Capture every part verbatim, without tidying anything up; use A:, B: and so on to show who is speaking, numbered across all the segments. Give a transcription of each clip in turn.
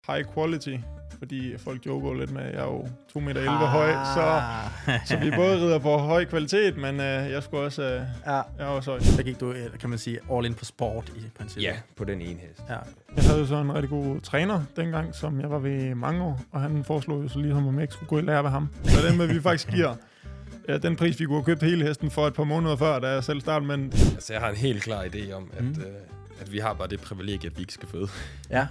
A: high quality, fordi folk joker lidt med, at jeg er jo to meter elleve høj, så, så vi både rider på høj kvalitet, men uh, jeg skulle også, uh, ja. jeg er også høj.
B: Så gik du, kan man sige, all in på sport i princippet?
C: Ja, på den ene hest.
B: Ja.
A: Jeg havde jo så en rigtig god træner dengang, som jeg var ved mange år, og han foreslog jo så lige, om jeg ikke skulle gå i lære ved ham. Så den med, vi faktisk giver ja, den pris, vi kunne have købt hele hesten for et par måneder før, da jeg selv startede, men...
C: Altså, jeg har en helt klar idé om, at, mm. øh, at vi har bare det privilegie, at vi ikke skal føde.
B: Ja.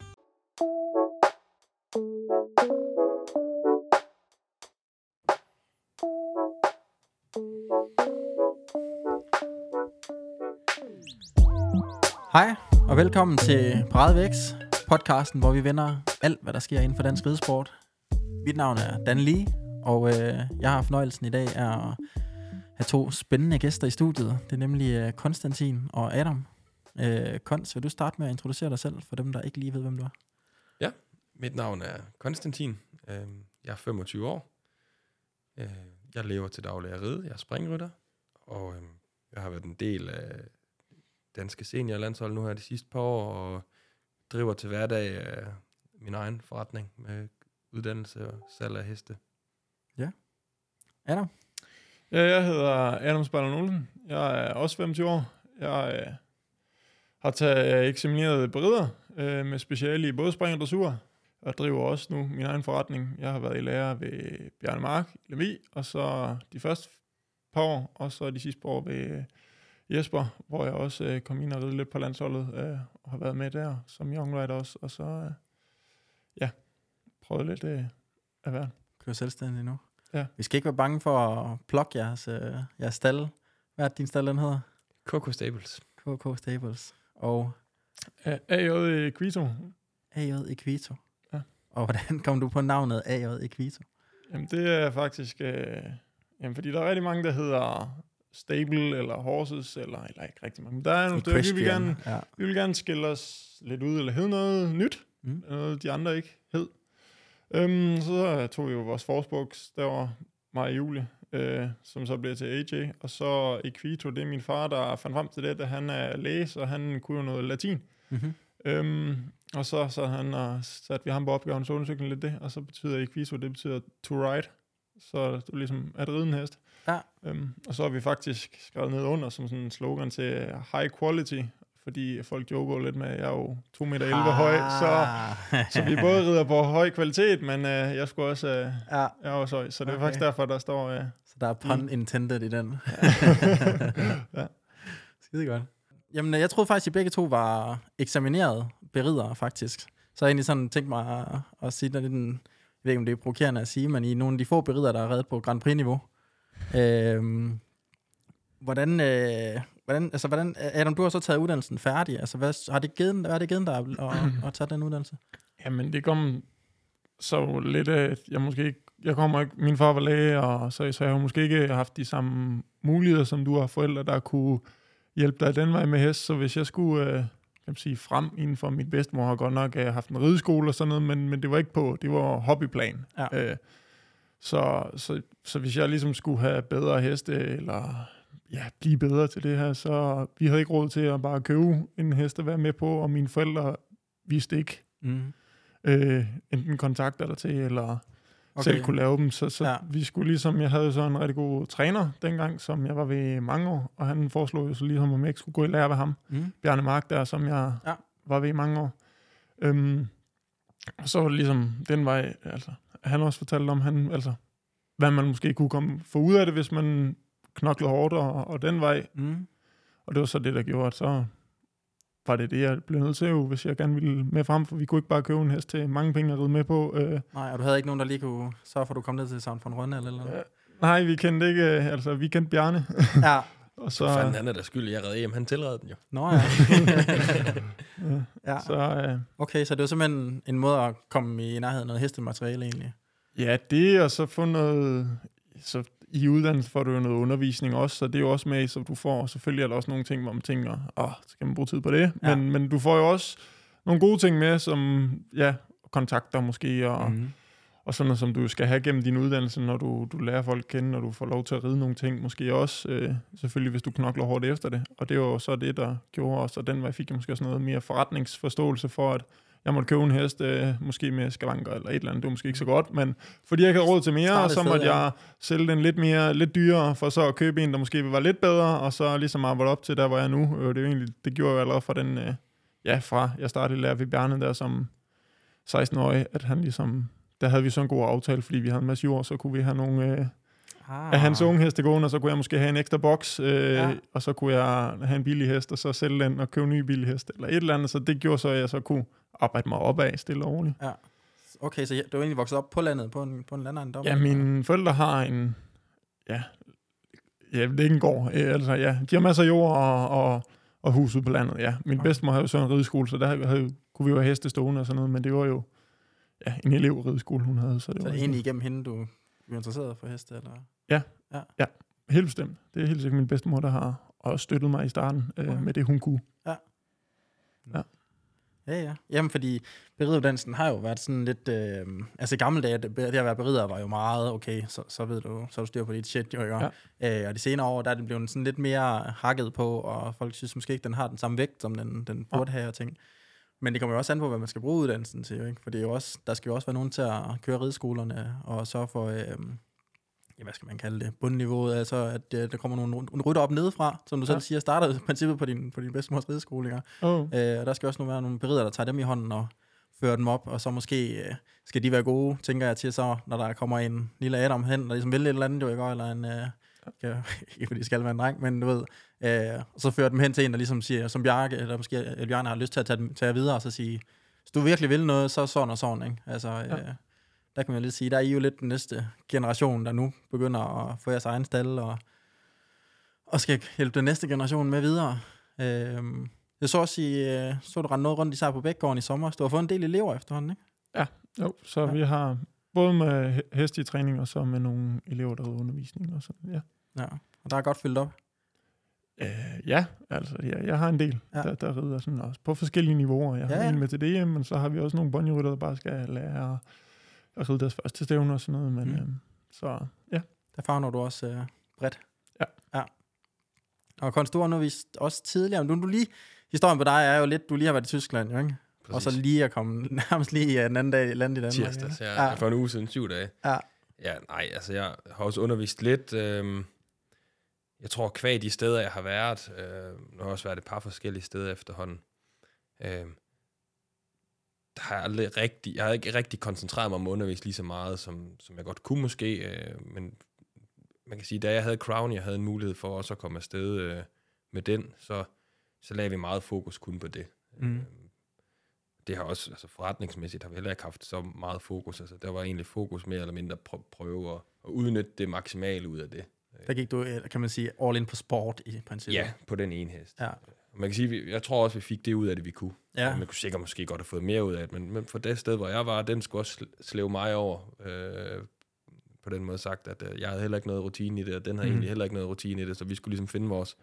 B: Hej, og velkommen til Paradevæks, podcasten, hvor vi vender alt, hvad der sker inden for dansk ridesport. Mit navn er Dan Lee, og øh, jeg har fornøjelsen i dag af at have to spændende gæster i studiet. Det er nemlig øh, Konstantin og Adam. Øh, Kons, vil du starte med at introducere dig selv, for dem, der ikke lige ved, hvem du er?
C: Ja, mit navn er Konstantin. Øh, jeg er femogtyve år. Øh, jeg lever til daglig af ride. Jeg er springrytter, og øh, jeg har været en del af danske seniorlandshold nu her de sidste par år, og driver til hverdag af min egen forretning med uddannelse og salg af heste.
B: Ja. Adam?
A: Ja, jeg hedder Adam Spallon Olsen. Jeg er også femogtyve år. Jeg øh, har taget eksamineret berider øh, med speciale i både spring og dressur, og driver også nu min egen forretning. Jeg har været i lære ved Bjarne Mark i Lemvig, og så de første par år, og så de sidste par år ved Jesper, hvor jeg også øh, kom ind og ride lidt på landsholdet, øh, og har været med der som young rider også, og så øh, ja, prøvet lidt øh, af hvert.
B: Kører selvstændig nu.
A: Ja.
B: Vi skal ikke være bange for at plukke jeres, øh, jeres stalle. Hvad er det, din stalle, den hedder?
C: K K Stables.
B: K K Stables. Og
A: A J Equito.
B: A J Equito.
A: Ja.
B: Og hvordan kom du på navnet A J Equito?
A: Jamen det er faktisk, øh, jamen fordi der er rigtig mange, der hedder Stable eller Horses, eller, eller ikke rigtig mange. Der er nogle stykker, vi vil gerne, ja. vi vil gerne skille os lidt ud, eller hedde noget nyt, mm. noget de andre ikke hed. Um, så tog vi jo vores forsbuks, der var mig og Julie, øh, som så blev til A J, og så Equito, det er min far, der fandt frem til det, da han er læge, og han kunne jo noget latin. Mm-hmm. Um, og så, så han og satte vi ham på opgaven, så undersøgte lidt det, og så betyder Equito, det betyder to ride, så det er ligesom at ride en hest.
B: Ja.
A: Um, og så har vi faktisk skrevet ned under som sådan en slogan til high quality, fordi folk joker lidt med, at jeg er jo to meter elleve høj, så, så vi både rider på høj kvalitet, men uh, jeg skulle også, uh, ja. jeg er også høj, så det er okay. Faktisk derfor, der står... Uh,
B: så der er pun intended i den.
A: Ja.
B: Skide godt. Jamen, jeg troede faktisk, at I begge to var eksamineret beridere, faktisk. Så jeg egentlig sådan tænkt mig at, at sige, at det er den, jeg ved ikke, om det er provokerende at sige, men I er nogle af de få beridere, der er reddet på Grand Prix-niveau. Øhm, hvordan, øh, hvordan, altså hvordan, Adam, du har så taget uddannelsen færdig, altså hvad har det givet, hvad har det givet dig at, at, at tage den uddannelse?
A: Jamen det kom så lidt af, jeg måske ikke, jeg kommer ikke, min far var læge, og så, så jeg har måske ikke haft de samme muligheder, som du har forældre, der kunne hjælpe dig den vej med hest, så hvis jeg skulle, øh, kan man sige, frem inden for mit bedstemor, har godt nok øh, haft en rideskole og sådan noget, men, men det var ikke på, det var hobbyplan. Ja. Øh, Så, så, så hvis jeg ligesom skulle have bedre heste, eller ja, blive bedre til det her, så vi havde ikke råd til at bare købe en hest at være med på, og mine forældre vidste ikke mm. øh, enten kontakter der til, eller okay. selv kunne lave dem. Så, så ja. vi skulle ligesom, jeg havde så en rigtig god træner dengang, som jeg var ved mange år, og han foreslog jo så ligesom, om jeg ikke skulle gå i lære ved ham. Mm. Bjarne Mark der, som jeg ja. var ved i mange år. Øhm, og så var det ligesom den vej, altså han også fortalte om, han, altså, hvad man måske kunne komme få ud af det, hvis man knoklede hårdt og, og den vej. Mm. Og det var så det, der gjorde, at så var det det, jeg blev nødt til, jo, hvis jeg gerne ville med frem, for vi kunne ikke bare købe en hest til mange penge at ride med på. Øh.
B: Nej, og du havde ikke nogen, der lige kunne sørge for, at du kom ned til Sound von Rønne eller noget?
A: Ja, nej, vi kendte ikke, altså vi kendte Bjarne.
B: Ja.
C: Og så fanden, han er der skyld, jeg redde hjem, han tilredde den jo.
B: Nå ja.
A: ja. ja. Så, øh.
B: Okay, så det var simpelthen en måde at komme i nærheden af noget hestemateriale egentlig?
A: Ja, det og så få noget, så i uddannelse får du jo noget undervisning også, så det er jo også med, så du får, selvfølgelig er der også nogle ting, hvor man tænker, åh, skal man bruge tid på det, ja. men, men du får jo også nogle gode ting med, som, ja, kontakter måske, og, mm. og sådan noget, som du skal have gennem din uddannelse, når du, du lærer folk at kende, når du får lov til at ride nogle ting, måske også, øh, selvfølgelig hvis du knokler hårdt efter det, og det var jo så det, der gjorde os, og den vej fik jeg måske også noget mere forretningsforståelse for, at jeg måtte købe en hest, øh, måske med skavanker eller et eller andet, det var måske ikke så godt, men fordi jeg ikke havde råd til mere,
B: Starte
A: så
B: sted,
A: måtte
B: ja.
A: jeg sælge den lidt mere, lidt dyrere, for så at købe en, der måske var lidt bedre, og så ligesom arbejde op til der, hvor jeg er nu. Øh, det, er jo egentlig, det gjorde jeg allerede fra den, øh, ja, fra jeg startede lærer ved Bjarne der som seksten-årig, at han ligesom, der havde vi så en god aftale, fordi vi havde en masse jord, så kunne vi have nogle øh,
B: Ah.
A: af hans unge heste gående, og så kunne jeg måske have en ekstra boks, øh,
B: Ja.
A: og så kunne jeg have en billig hest, og så sælge den og købe en ny billig hest, eller et eller andet, så det gjorde så, at jeg så kunne arbejde mig opad stille og roligt.
B: Ja. Okay, så du er egentlig vokset op på landet, på en, på en landejendom?
A: Ja, mine forældre har en, ja, ja det er ikke en gård, øh, altså ja, de har masser af jord og, og, og hus ude på landet, ja. Min
B: Okay.
A: bedstemor havde jo så en rideskole, så der havde, kunne vi jo have heste stående og sådan noget, men det var jo, ja, en elev-rideskole, hun havde, så det
B: Så
A: var
B: det er egentlig igennem hende, du er interesseret for heste, eller?
A: helt bestemt. Det er helt sikkert min bedstemor, der har også støttet mig i starten øh,
B: Okay.
A: med det, hun kunne.
B: Ja, ja. Jamen, fordi berideruddannelsen har jo været sådan lidt... Øh, altså i gamle dage, det, det at være berider var jo meget, okay, så, så ved du, så er du styr på dit shit, jo ikke? Ja. Øh, og de senere år, der er det blevet sådan lidt mere hakket på, og folk synes måske ikke, den har den samme vægt, som den, den burde have og ting. Men det kommer jo også an på, hvad man skal bruge uddannelsen til, jo ikke? For det er jo også, der skal jo også være nogen til at køre rideskolerne, og sørge for... Øh, ja, hvad skal man kalde det, bundniveauet, altså at øh, der kommer nogle rytter op nedefra, som du selv
A: Ja.
B: siger, starter i princippet på din, på din bedstemors rideskole, ikke?
A: Oh.
B: Øh, og der skal også nu være nogle berider, der tager dem i hånden og fører dem op, og så måske øh, skal de være gode, tænker jeg til så, når der kommer en lille Adam hen, der ligesom vil et eller andet, jo ikke, eller en, øh, ja, ikke fordi det skal være en dreng, men du ved, øh, og så fører dem hen til en, der ligesom siger, som Bjarke, eller måske øh, Bjarne har lyst til at tage, dem, tage videre, og så sige, hvis du virkelig vil noget, så sådan og sådan, ikke? Altså, øh,
A: Ja.
B: der kan man lidt sige, der er I jo lidt den næste generation, der nu begynder at få jeres egen stald, og, og skal hjælpe den næste generation med videre. Øh, Jeg så også, I, øh, så du rende noget rundt især på Bækgården i sommer. Du har fået en del elever efterhånden, ikke?
A: Jo, så
B: Ja.
A: ja. vi har både med he- heste i træning, og så med nogle elever, der har undervisning og sådan, ja.
B: Ja, og der er godt fyldt op.
A: Øh, ja, altså, ja, jeg har en del,
B: Ja.
A: ja. der, der rider sådan også på forskellige niveauer. Jeg har
B: Ja,
A: ja,
B: ja.
A: en med til D M, men så har vi også nogle bonjerytter, der bare skal lære at, at ride deres første stævne og sådan noget, men
B: Mm.
A: mm. øhm, så ja.
B: Der favner du også øh, bredt.
A: Ja.
B: Ja. Og Konst, du har undervist også tidligere. Men du, du lige, historien på dig er jo lidt, du lige har været i Tyskland, jo, ikke? Og så lige at komme nærmest lige ja, den anden dag i landet i Danmark.
C: Tirsdags,
B: ja.
C: ja. ja. For en uge siden, syv dage.
B: Ja.
C: Ja, nej, altså jeg har også undervist lidt. Øhm, jeg tror, kvad de steder, jeg har været, øh, har også været et par forskellige steder efterhånden. Øh, der har jeg aldrig rigtig, jeg har ikke rigtig koncentreret mig om at undervise lige så meget, som, som jeg godt kunne måske. Øh, men man kan sige, da jeg havde Crown, jeg havde en mulighed for også at komme afsted øh, med den, så, så lagde vi meget fokus kun på det.
B: Mm.
C: Øh, det har også, altså forretningsmæssigt har vi heller ikke haft så meget fokus. Altså, der var egentlig fokus mere eller mindre at prøve at, at udnytte det maksimale ud af det.
B: Der gik du, kan man sige, all in på sport i princippet.
C: Ja, på den ene hest.
B: Ja.
C: Man kan sige, jeg tror også, vi fik det ud af det, vi kunne.
B: Ja.
C: Man kunne sikkert måske godt have fået mere ud af det, men, men for det sted, hvor jeg var, den skulle også slæve mig over. Øh, på den måde sagt, at øh, jeg havde heller ikke noget rutine i det, og den havde mm. egentlig heller ikke noget rutine i det, så vi skulle ligesom finde vores,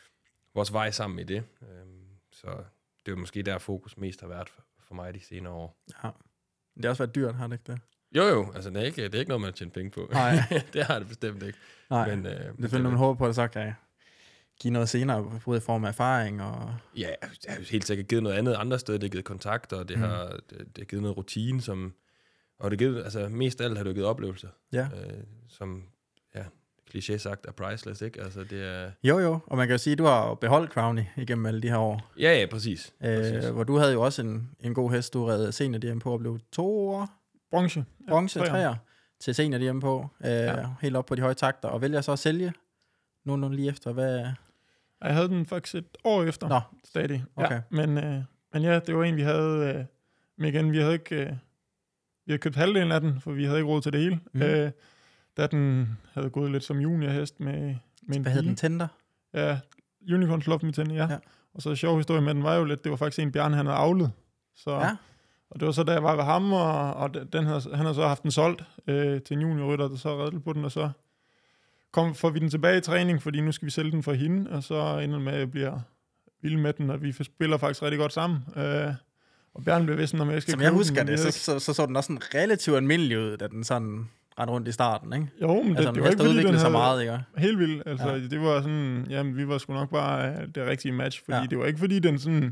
C: vores vej sammen i det. Øh, så det var måske der, fokus mest har været for, for mig de senere år.
B: Ja. Det har også været dyrt, har det ikke det?
C: Jo jo, altså det er ikke, det er ikke noget, man har tjent penge på.
B: Nej.
C: Det har det bestemt ikke.
B: Nej,
C: men, øh,
B: det er når man håber på, at det så kan give noget senere, både i form af erfaring og...
C: Ja, jeg har helt sikkert givet noget andet andre steder. Det har givet kontakter, og det, mm. har, det, det har givet noget rutine, som... Og det givet, altså mest af alt har det givet oplevelser.
B: Ja.
C: Øh, som, ja, kliché sagt, er priceless, ikke? Altså det er...
B: Jo, jo, og man kan jo sige, at du har beholdt Crowny igennem alle de her år.
C: Ja, ja, præcis. præcis.
B: Øh, hvor du havde jo også en, en god hest, du redde senior D M på og blev to år,
A: Bronze.
B: bronze,
A: Ja,
B: træer til senior D M på, øh, ja. Helt op på de høje takter, og vælger så at sælge nu, nu lige efter, hvad...
A: Jeg havde den faktisk et år efter,
B: Nå.
A: stadig.
B: Okay.
A: Ja, men, øh, men ja, det var en, vi havde... Øh, men igen, vi havde ikke... Øh, vi havde købt halvdelen af den, for vi havde ikke råd til det hele.
B: Mm.
A: Øh, da den havde gået lidt som juniorhest med, med en
B: Hvad hed
A: pige.
B: den? Tender?
A: Ja, Unicorn Love med tænde, ja.
B: Ja.
A: ja. Og så en sjov historie med den var jo lidt, det var faktisk en Bjarne, han havde avlet. Så,
B: Ja.
A: Og det var så, da jeg var ved ham, og, og den havde, han havde så haft den solgt øh, til en juniorrytter, der så redde på den, og så kom, får vi den tilbage i træning, fordi nu skal vi sælge den for hende, og så ender med, at jeg bliver vild med den, og vi spiller faktisk rigtig godt sammen. Øh, og Bjarne bliver vidst, om jeg skal
B: Som jeg
A: købe
B: husker
A: den,
B: det, så,
A: jeg-
B: så, så så den også sådan relativt almindelig ud, da den sådan rendte rundt i starten, ikke?
A: Jo, men det,
B: Altså,
A: det
B: den
A: var
B: hest
A: ikke
B: har
A: fordi, den
B: udviklet sig
A: havde
B: meget, ikke?
A: helt vildt. Altså,
B: Ja.
A: ja. det var sådan, jamen, vi var sgu nok bare øh, det rigtige match, fordi
B: Ja.
A: ja. det var ikke fordi, den sådan,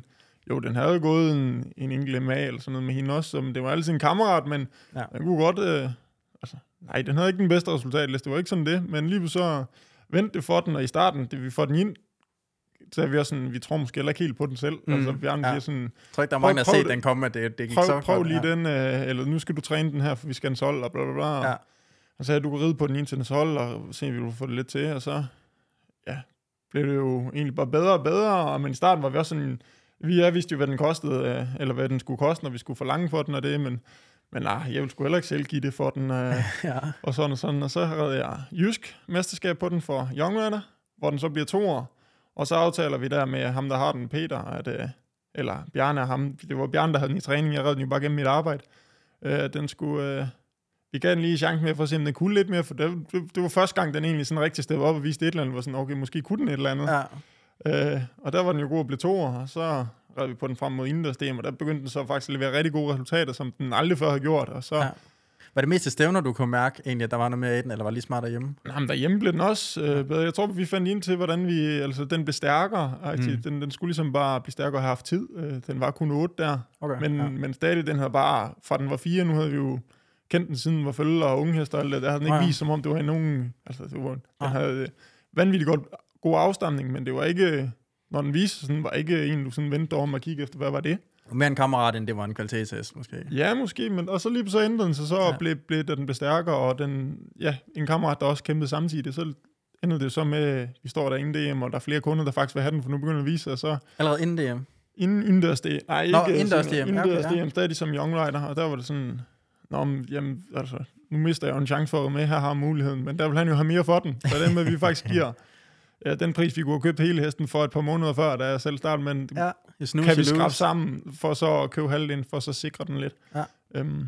A: jo, den havde gået en, en enkelt mag eller sådan noget med hende også, som det var altid en kammerat, men ja. Den kunne godt, øh, altså, nej, den havde ikke den bedste resultatliste, det var ikke sådan det, men lige så vendte det for den, og i starten, det vi får den ind, så er vi også sådan, vi tror måske heller ikke helt på den selv. Mm, altså, Bjarne ja. Siger sådan...
B: Jeg tror ikke, der er mange, der har set den komme, at det, det gik
A: prøv,
B: så
A: Prøv lige
B: ja.
A: den, øh, eller nu skal du træne den her, for vi skal en solg, og bla bla bla. Ja. Og så sagde du kan ride på den ene til en solg, og se, om vi vil få det lidt til, og så ja, blev det jo egentlig bare bedre og bedre, men i starten var vi også sådan, vi er vidste jo, hvad den kostede, eller hvad den skulle koste, når vi skulle forlange for den og det, men, men nej, jeg ville sgu heller ikke selv give det for den, øh, ja. Og sådan og sådan, og så havde jeg Jysk mesterskab på den for Young Rider, hvor den så bliver to år. Og så aftaler vi der med ham, der har den, Peter, at, øh, eller Bjarne og ham, det var Bjarne, der havde den i træning, jeg redde den jo bare gennem mit arbejde. Øh, den skulle, øh, vi gav den lige chance med for at se, om den kunne lidt mere, for det, det, det var første gang, den egentlig sådan rigtig steppede op og viste et eller andet, hvor sådan, okay, måske kunne den et eller andet. Ja. Øh, og der var den jo god at blive to år, og så redde vi på den frem mod indendørsdem, og der begyndte den så faktisk at levere rigtig gode resultater, som den aldrig før har gjort, og så... Ja.
B: Var det mest til stævner, du kunne mærke egentlig, at der var noget mere i den, eller var det lige smart derhjemme?
A: Nej, men derhjemme blev den også øh, bedre. Jeg tror, vi fandt ind til, hvordan vi... Altså, den blev stærkere. Mm. Den, den skulle ligesom bare blive stærkere og have haft tid. Den var kun otte der. Okay, men, ja. men stadig, den havde bare... Fra den var fire, nu havde vi jo kendt den siden, den var følge og unghester og alt det. Der havde den ikke oh, ja. vist, som om det var nogen... Altså, det var, den oh. havde vanvittigt godt, god afstamning, men det var ikke... Når den viste, sådan, var ikke en, du sådan vendte om og kiggede efter, hvad var det?
B: Mere en kammerat, end det var en kvalitetstest, måske.
A: Ja, måske, men og så lige så ændrede den sig, så ja. blev, blev den blev stærkere, og den, ja, en kammerat, der også kæmpede samtidig, så endte det så med, vi står der inden D M, og der er flere kunder, der faktisk vil have den, for nu begynder at vise sig, så...
B: Allerede inden D M?
A: Inden indendørs D M. Nej, ikke
B: Nå, indendørs D M.
A: Indendørs D M, stadig som Young Rider, og der var det sådan, nå, jamen, altså, nu mister jeg jo en chance for at være med, her har muligheden, men der vil han jo have mere for den, så den med, vi faktisk giver... Ja, den pris, vi kunne have købt hele hesten for et par måneder før, da jeg selv startede, men ja, kan vi skrabe sammen for så at købe halvdelen, for så at sikre den lidt. Ja. Øhm,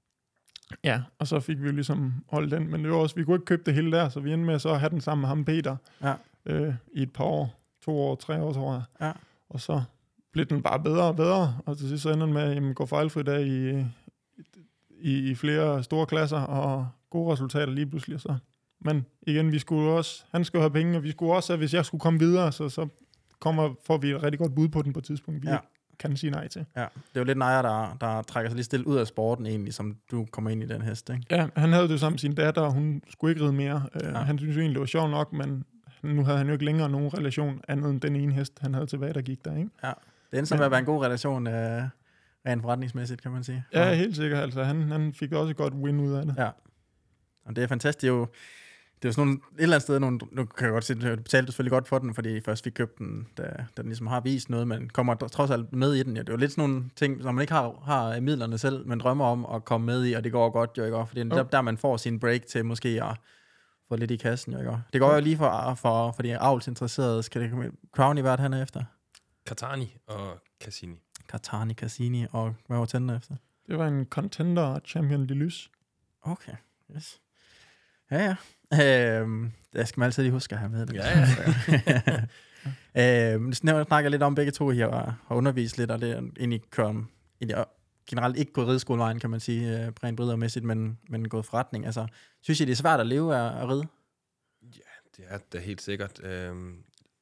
A: ja, og så fik vi jo ligesom holdt den, men det var også, vi kunne ikke købe det hele der, så vi endte med så at have den sammen med ham, Peter, ja. øh, i et par år, to år, tre år, tror jeg. Ja. Og så blev den bare bedre og bedre, og til sidst så ender den med at jamen, gå fejlfri der i, i, i flere store klasser, og gode resultater lige pludselig så. Men igen, vi skulle også, han skulle have penge, og vi skulle også, at hvis jeg skulle komme videre, så, så kommer, får vi et rigtig godt bud på den på et tidspunkt, vi ja. kan sige nej til.
B: Ja, det er jo lidt nejer, der, der trækker sig lige stille ud af sporten egentlig, som du kommer ind i den hest, ikke?
A: Ja, han havde det jo sammen med sin datter, og hun skulle ikke ride mere. Ja. Uh, han synes jo egentlig, det var sjovt nok, men nu havde han jo ikke længere nogen relation andet end den ene hest, han havde tilbage, der gik der, ikke?
B: Ja, det endte som at være en god relation, uh, rent forretningsmæssigt, kan man sige.
A: Ja, ja, helt sikkert. Altså, han, han fik også et godt win ud af det.
B: Ja, og det er fantastisk. Det er jo Det er jo sådan nogle, et eller andet sted, nogle, nu kan jeg godt sige, at du betalte selvfølgelig godt for den, fordi først vi købte den, da, da den ligesom har vist noget, men kommer trods alt med i den. Ja. Det er jo lidt sådan nogle ting, som man ikke har, har midlerne selv, men drømmer om at komme med i, og det går godt, jo ikke? Fordi okay. der, der man får sin break til måske at få lidt i kassen, jo ikke? Det går jo lige for, for, for de avlsinteresserede. Skal det komme Crowny, hvad er det, han er efter?
C: Katani og Cassini.
B: Katani, Cassini, og hvad var tænder efter?
A: Det var en Contender Champion de Lys.
B: Okay, yes. Ja, ja. Øhm, det skal man altid lige huske at have med. Det.
C: Ja,
B: ja. øhm, nu snakker jeg lidt om begge to her, og har undervist lidt, og det er egentlig kører, egentlig generelt ikke gået rideskolevejen, kan man sige, rent brydermæssigt, men, men gået forretning. Altså, synes I, det er svært at leve af at ride?
C: Ja, det er det helt sikkert. Øhm,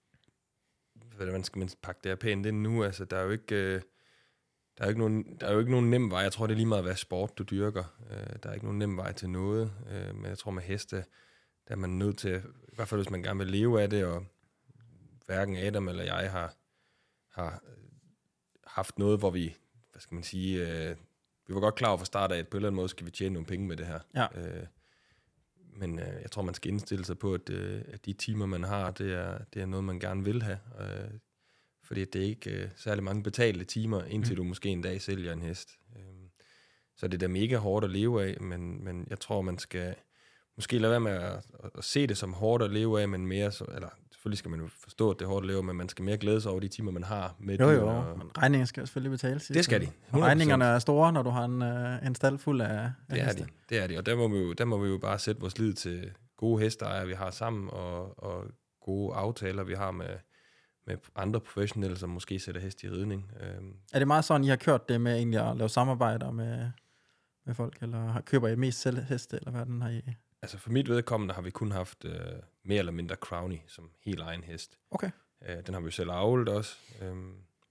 C: hvordan skal man pakke det her pænt ind nu? Altså, der er jo ikke... Øh Der er, jo ikke nogen, der er jo ikke nogen nem vej. Jeg tror, det er lige meget, hvad sport du dyrker. Uh, der er ikke nogen nem vej til noget. Uh, men jeg tror, med heste, der er man nødt til, i hvert fald hvis man gerne vil leve af det, og hverken Adam eller jeg har, har haft noget, hvor vi, hvad skal man sige, uh, vi var godt klar over fra start af, at på en eller anden måde skal vi tjene nogle penge med det her. Ja. Uh, men uh, jeg tror, man skal indstille sig på, at, uh, at de timer, man har, det er, det er noget, man gerne vil have. Uh, Fordi det er ikke øh, særlig mange betalte timer, indtil mm. du måske en dag sælger en hest. Øhm, så det er da mega hårdt at leve af, men, men jeg tror, man skal måske lade være med at, at, at se det som hårdt at leve af, men mere så, eller selvfølgelig skal man jo forstå, at det er hårdt at leve af, men man skal mere glæde sig over de timer, man har med
B: jo, jo, og men regninger skal selvfølgelig betales.
C: Det skal de.
B: Regningerne er store, når du har en, øh, en stald fuld af, af
C: det er
B: heste.
C: de, det er de, og der må, vi jo, der må vi jo bare sætte vores lid til gode hesteejere, vi har sammen, og, og gode aftaler, vi har med med andre professionelle, som måske sætter hest i ridning. Øhm.
B: Er det meget sådan, I har kørt det med egentlig at lave samarbejder med, med folk, eller har, køber I mest selv heste, eller hvad den har I?
C: Altså for mit vedkommende har vi kun haft øh, mere eller mindre Crowny som helt egen hest.
B: Okay.
C: Øh, den har vi jo selv avlet også. Øhm.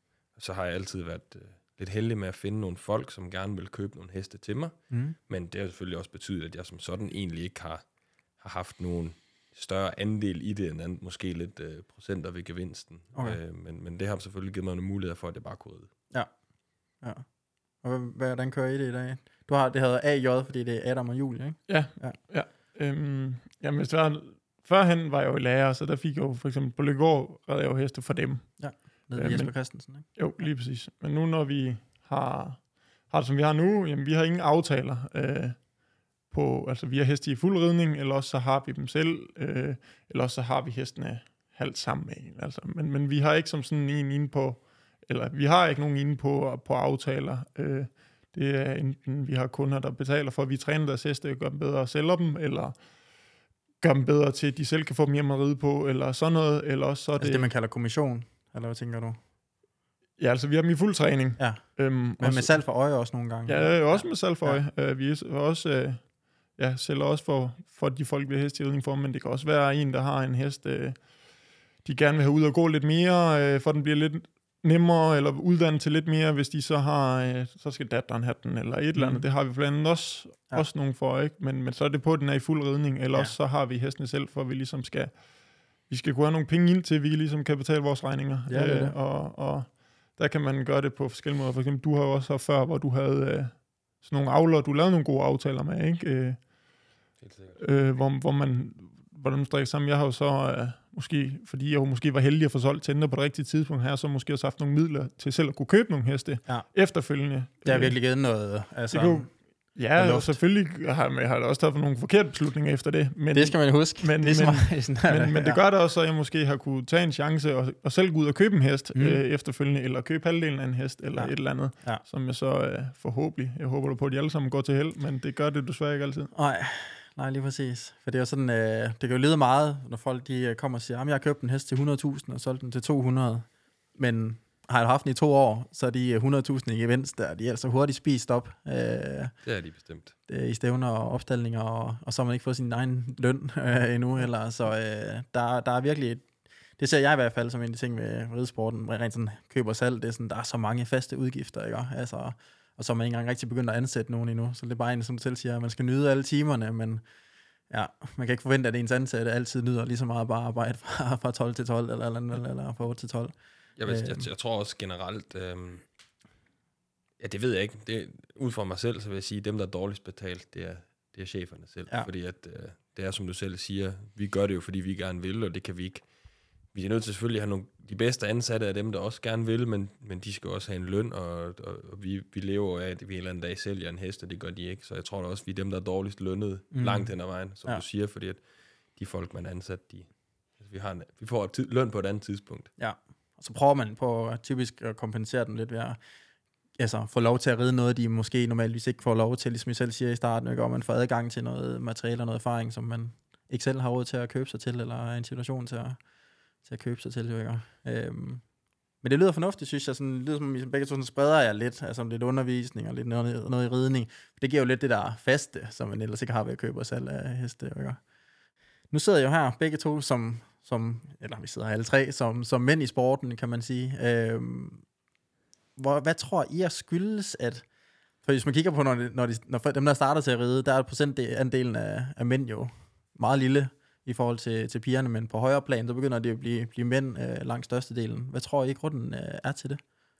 C: så har jeg altid været øh, lidt heldig med at finde nogle folk, som gerne vil købe nogle heste til mig.
B: Mm.
C: Men det har selvfølgelig også betydet, at jeg som sådan egentlig ikke har, har haft nogen større andel i det, end andet, måske lidt øh, procenter ved gevinsten.
B: Okay.
C: Øh, men, men det har selvfølgelig givet mig nogle muligheder for, at det bare kunne ride.
B: Ja. Ja. Og hvordan kører I det i dag? Du har, det hedder A J, fordi det er Adam og Julie, ikke?
A: Ja,
B: Ja.
A: ja. ja. Øhm, jamen, hvis det var, førhen var jeg jo i lærer, så der fik jeg jo for eksempel på Løgård, redde jeg jo heste for dem.
B: Ja, nede
A: Ja,
B: med Jesper
A: men-
B: Christensen, ikke?
A: Jo, lige præcis. Men nu når vi har, har det som vi har nu, jamen vi har ingen aftaler øh, på, altså vi har heste i fuld ridning, eller også så har vi dem selv, øh, eller også så har vi hestene halvt sammen med en. Altså, men, men vi har ikke som sådan en inde på, eller vi har ikke nogen inde på, på aftaler. Øh, det er enten vi har kunder, der betaler for, at vi træner deres heste, gør dem bedre og sælger dem, eller gør dem bedre til, at de selv kan få dem hjem at ride på, eller sådan noget, eller også så er
B: Altså
A: det...
B: det, man kalder kommission, eller hvad tænker du?
A: Ja, altså vi har dem i fuld træning.
B: Ja,
A: Øhm,
B: men
A: og
B: med
A: så-
B: salg for øje også nogle gange.
A: Ja, også med salg for øje. Ja. Uh, vi er også, uh, ja, sælger også for, for de folk, vi har hest i ridning for, men det kan også være en, der har en hest, uh, de gerne vil have ud og gå lidt mere, uh, for den bliver lidt nemmere, eller uddannet til lidt mere, hvis de så har, uh, så skal datteren have den, eller et mm. eller andet. Det har vi blandt andet også,
B: Ja.
A: ja. også nogen for, ikke? Men, men så er det på, at den er i fuld ridning, eller
B: Ja.
A: ja. også så har vi hestene selv, for at vi ligesom skal, vi skal kunne have nogle penge ind til, at vi ligesom kan betale vores regninger.
B: Ja, det er det.
A: Uh, og, og der kan man gøre det på forskellige måder. For eksempel, du har jo også haft før, hvor du havde øh, sådan nogle avler, du lavede nogle gode aftaler med, ikke? Øh,
C: Helt sikkert.
A: øh, hvor, hvor man hvordan man strikker sammen. Jeg har jo så, øh, måske, fordi jeg jo måske var heldig at få solgt tænder på det rigtige tidspunkt, her så måske også haft nogle midler til selv at kunne købe nogle heste
B: Ja.
A: efterfølgende.
B: Det har
A: Øh,
B: virkelig givet noget, altså...
A: det kunne,
B: med
A: ja, og
B: luft.
A: selvfølgelig har jeg har da også taget nogle forkerte beslutninger efter det. Men,
B: Det skal man huske.
A: men-
B: det er
A: men-
B: men, sådan,
A: men, men det gør det også, at jeg måske har kunne tage en chance og, og selv gå ud og købe en hest
B: Mm.
A: mm. øh, efterfølgende, eller købe halvdelen af en hest, eller
B: Ja.
A: ja. et eller andet,
B: Ja.
A: som jeg så øh, forhåbentlig, jeg håber på, at de alle sammen går til held, men det gør det desværre ikke altid.
B: Nej, nej, lige præcis. For det er jo sådan, øh, det kan jo lyde meget, når folk de øh, kommer og siger, at jeg har købt en hest til hundrede tusind og solgt den til to hundrede, men har jeg haft den i to år, så er de hundrede tusind i gevinst, der de er altså hurtigt spist op øh,
C: Det er de bestemt.
B: det, i stævner og opstillinger, og, og så har man ikke fået sin egen løn øh, endnu heller, så øh, der, der er virkelig, et, det ser jeg i hvert fald som en af de ting med ridesporten, rent sådan køb og salg, det er sådan, der er så mange faste udgifter, ikke? Altså, og så er man ikke engang rigtig begyndt at ansætte nogen endnu, så det er bare en, som du selv siger, man skal nyde alle timerne, men ja, man kan ikke forvente, at ens ansatte altid nyder lige så meget bare arbejde fra, fra tolv til tolv, eller, eller, eller, eller fra otte til tolv.
C: Jeg, ved,
B: Øhm.
C: jeg, jeg tror også generelt, øh, ja, det ved jeg ikke. Det, ud fra mig selv, så vil jeg sige, at dem, der er dårligst betalt, det er, det er cheferne selv.
B: Ja.
C: Fordi at, øh, det er, som du selv siger, vi gør det jo, fordi vi gerne vil, og det kan vi ikke. Vi er nødt til selvfølgelig at have nogle, de bedste ansatte af dem, der også gerne vil, men, men de skal også have en løn, og, og, og vi, vi lever af, at vi en eller anden dag sælger en hest, og det gør de ikke. Så jeg tror da også, vi er dem, der er dårligst lønnet
B: Mm.
C: mm. langt hen ad vejen, som
B: Ja.
C: ja. du siger, fordi at de folk, man er ansat, de, altså vi, har en, vi får tid, løn på et andet tidspunkt.
B: Ja, og så prøver man på at typisk at kompensere den lidt ved at altså, få lov til at ride noget, de måske normalvis ikke får lov til, ligesom jeg selv siger i starten, ikke? Og man får adgang til noget materiale og noget erfaring, som man ikke selv har råd til at købe sig til, eller er i en situation til at, til at købe sig til. Ikke? Øhm, men det lyder fornuftigt, synes jeg. Sådan, det lyder som, I begge to sådan spreder jeg lidt, altså lidt undervisning og lidt noget, noget i ridning. Det giver jo lidt det der faste, som man ellers ikke har ved at købe og salg af heste. Ikke? Nu sidder jeg jo her, begge to, som, som eller vi sidder her alle tre, som, som mænd i sporten, kan man sige. Øhm, hvor, hvad tror I er skyldes, at... For hvis man kigger på, når, de, når, de, når dem, der starter til at ride, der er procentandelen af, af mænd jo meget lille i forhold til, til pigerne, men på højere plan, så begynder det at blive, blive mænd øh, langt størstedelen. Hvad tror I, grunden øh, er til det?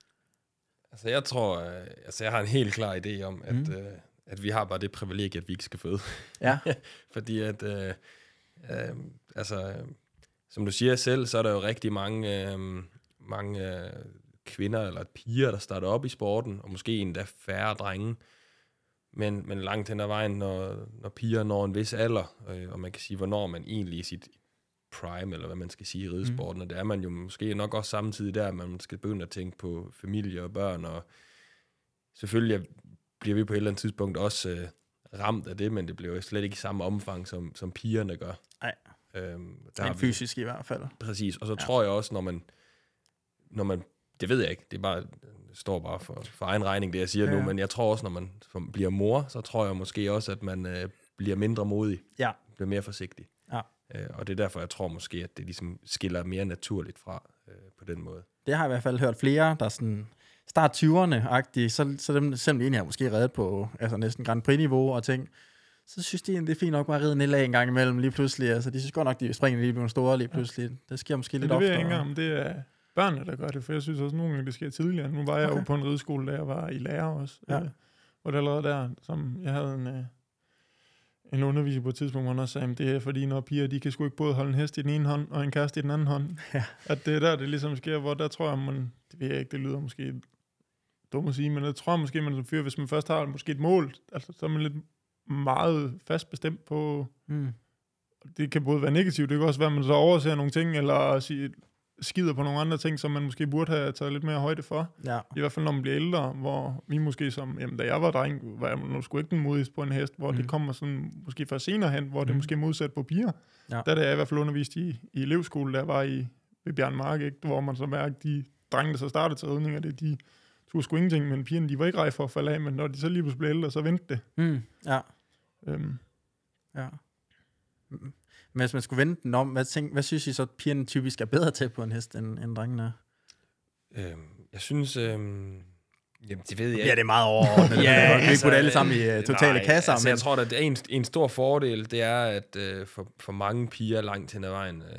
C: Altså jeg tror, øh, altså jeg har en helt klar idé om, at,
B: Mm.
C: øh, at vi har bare det privilegie, at vi ikke skal føde.
B: Ja,
C: Fordi at, øh, øh, altså, øh, som du siger selv, så er der jo rigtig mange, øh, mange øh, kvinder eller piger, der starter op i sporten, og måske endda færre drenge. Men, men langt hen ad vejen, når, når piger når en vis alder, øh, og man kan sige, hvornår man egentlig i sit prime, eller hvad man skal sige i ridesporten, mm. og det er man jo måske nok også samtidig der, at man skal begynde at tænke på familie og børn, og selvfølgelig bliver vi på et eller andet tidspunkt også øh, ramt af det, men det bliver jo slet ikke i samme omfang, som, som pigerne gør.
B: Nej.
C: Øhm,
B: der er fysisk i hvert fald.
C: Præcis, og så
B: Ja.
C: ja. tror jeg også, når man, når man, det ved jeg ikke, det er bare, det står bare for, for egen regning, det jeg siger
B: Ja,
C: ja.
B: ja.
C: nu, men jeg tror også, når man som bliver mor, så tror jeg måske også, at man øh, bliver mindre modig,
B: Ja.
C: bliver mere forsigtig.
B: Ja.
C: Øh, og det er derfor, jeg tror måske, at det ligesom skiller mere naturligt fra øh, på den måde.
B: Det har jeg i hvert fald hørt flere, der sådan start tyverne-agtige, så, så dem, selvom de egentlig har måske reddet på altså næsten Grand Prix-niveau og ting, så synes de, det er fint nok bare at ride nedad en gang imellem lige pludselig. Altså, de synes godt nok, de springer lige på store lige pludselig. Ja. Det sker måske lidt oftere.
A: Det ved jeg ikke engang, om det er børnene, der gør det, for jeg synes også, nogle gange, det sker tidligere. Nu var jeg okay. jo på en rideskole, da jeg var i lærer også. Ja. Øh, hvor det allerede der, som jeg havde en, øh, en underviser på et tidspunkt, hvor han også sagde, at det er fordi, når piger, de kan sgu ikke både holde en hest i den ene hånd, og en kæreste i den anden hånd. Ja. At det er der, det ligesom sker, hvor der tror jeg, man, det ved jeg ikke, det lyder måske dumt at sige, men jeg tror måske, man som fyr, hvis man først har måske et mål, altså så er man lidt meget fast bestemt på, mm. det kan både være negativt, det kan også være, at man så overser nogle ting, eller sige, skider på nogle andre ting, som man måske burde have taget lidt mere højde for. Ja. I hvert fald, når man bliver ældre, hvor vi måske som, jamen, da jeg var dreng, var jeg nu sgu ikke den modigste på en hest, hvor mm. det kommer sådan, måske først senere hen, hvor mm. det måske er modsat på piger. Ja. Der er det, jeg i hvert fald undervist i, i elevskole, der var i ved Bjørn Mark, ikke? Hvor man så mærker, de drenge, der så startede til ridning, og det, de tog sgu ingenting, men pigerne, de var ikke rej for at falde af, men når de så lige pludselig blev ældre, så vendte det.
B: Mm. Ja. Øhm. Ja. Men hvis man skulle vende den om, hvad, tænk, hvad synes I så, pigerne typisk er bedre til på en hest, end, end drengene er?
C: Øhm, jeg synes... Øhm, jamen, det ved jeg ikke.
B: Ja, det er meget overordnet. Ja, vi altså, putte alle sammen i uh, totale nej, kasser.
C: Altså,
B: men...
C: jeg tror, at en, en stor fordel, det er, at uh, for, for mange piger langt hen ad vejen... Uh,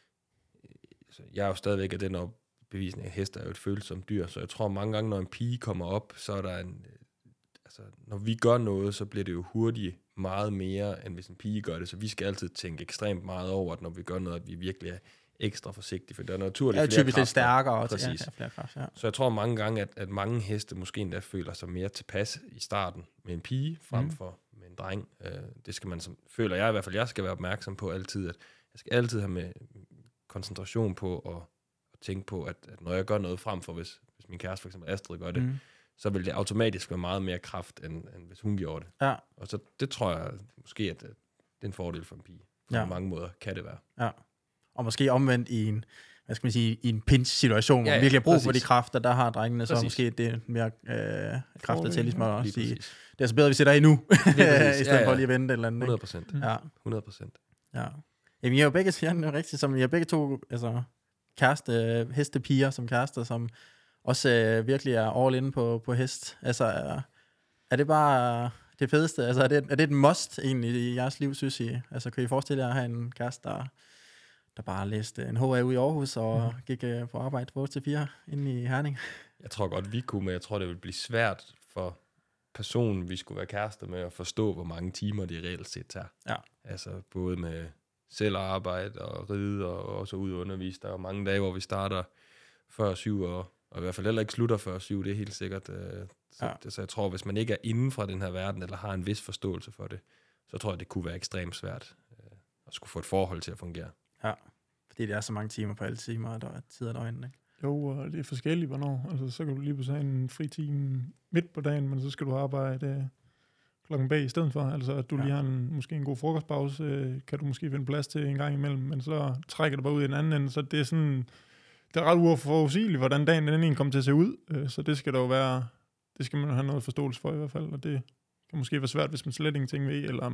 C: jeg er jo stadigvæk af den opbevisning, at hest er jo et følsomt dyr, så jeg tror mange gange, når en pige kommer op, så er der en... Altså, når vi gør noget, så bliver det jo hurtigt meget mere, end hvis en pige gør det. Så vi skal altid tænke ekstremt meget over, at når vi gør noget, at vi virkelig er ekstra forsigtige, for der er naturligt
B: ja,
C: flere
B: typisk lidt stærkere.
C: Præcis. Ja,
B: ja, flere kraft, ja.
C: Så jeg tror mange gange, at, at mange heste måske endda føler sig mere tilpas i starten med en pige, frem mm. for med en dreng. Uh, det skal man, som, føler jeg i hvert fald, jeg skal være opmærksom på altid, at jeg skal altid have med koncentration på at, at tænke på, at, at når jeg gør noget frem for, hvis, hvis min kæreste, for eksempel Astrid, gør det, mm. så vil det automatisk være meget mere kraft, end, end hvis hun gjorde det. Ja. Og så det tror jeg måske, at, at det er en fordel for en pige. På ja. mange måder kan det være.
B: Ja. Og måske omvendt i en, hvad skal man sige, i en pinch-situation, hvor ja, ja, man virkelig har brug præcis. for de kræfter, der har drengene, så præcis. måske det er mere øh, kræfter til ligesom at sige, det er så bedre, vi sætter i nu, i stedet ja, ja. for lige at vente eller andet.
C: hundrede procent. Ja. hundrede procent.
B: Ja. Jamen, I er jo begge, ja, det er rigtigt, som I er begge to, altså, kæreste, hestepiger som kærester, som også øh, virkelig er all in på, på hest. Altså, er, er det bare det fedeste? Altså, er det, er det et must egentlig i jeres liv, synes I? Altså, kan I forestille jer at have en kæreste, der, der bare læste en H A ude i Aarhus og mm. gik øh, på arbejde fra otte til fire inde i Herning?
C: Jeg tror godt, vi kunne, men jeg tror, det ville blive svært for personen, vi skulle være kærester med, at forstå, hvor mange timer det reelt set tager. Ja. Altså, både med selv arbejde og ride og også ud og undervise. Der er jo mange dage, hvor vi starter før syv og og i hvert fald heller ikke slutter før syv, det er helt sikkert. Øh, så, ja. det, så jeg tror, hvis man ikke er inden fra den her verden, eller har en vis forståelse for det, så tror jeg, det kunne være ekstremt svært øh, at skulle få et forhold til at fungere.
B: Ja, fordi det er så mange timer på alle timer, og der er tid af døgnet, ikke?
A: Jo, og det er forskelligt, hvornår. Altså, så kan du lige pludselig have en fri time midt på dagen, men så skal du arbejde øh, klokken bag i stedet for. Altså, at du ja. lige har en, måske en god frokostpause, øh, kan du måske finde plads til en gang imellem, men så trækker du bare ud i en anden ende, så det er sådan... Det er ret uforudsigeligt, hvordan dagen den egentlig kommer til at se ud, så det skal der jo være, det skal man have noget forståelse for i hvert fald, og det kan måske være svært, hvis man slet ingenting ved, eller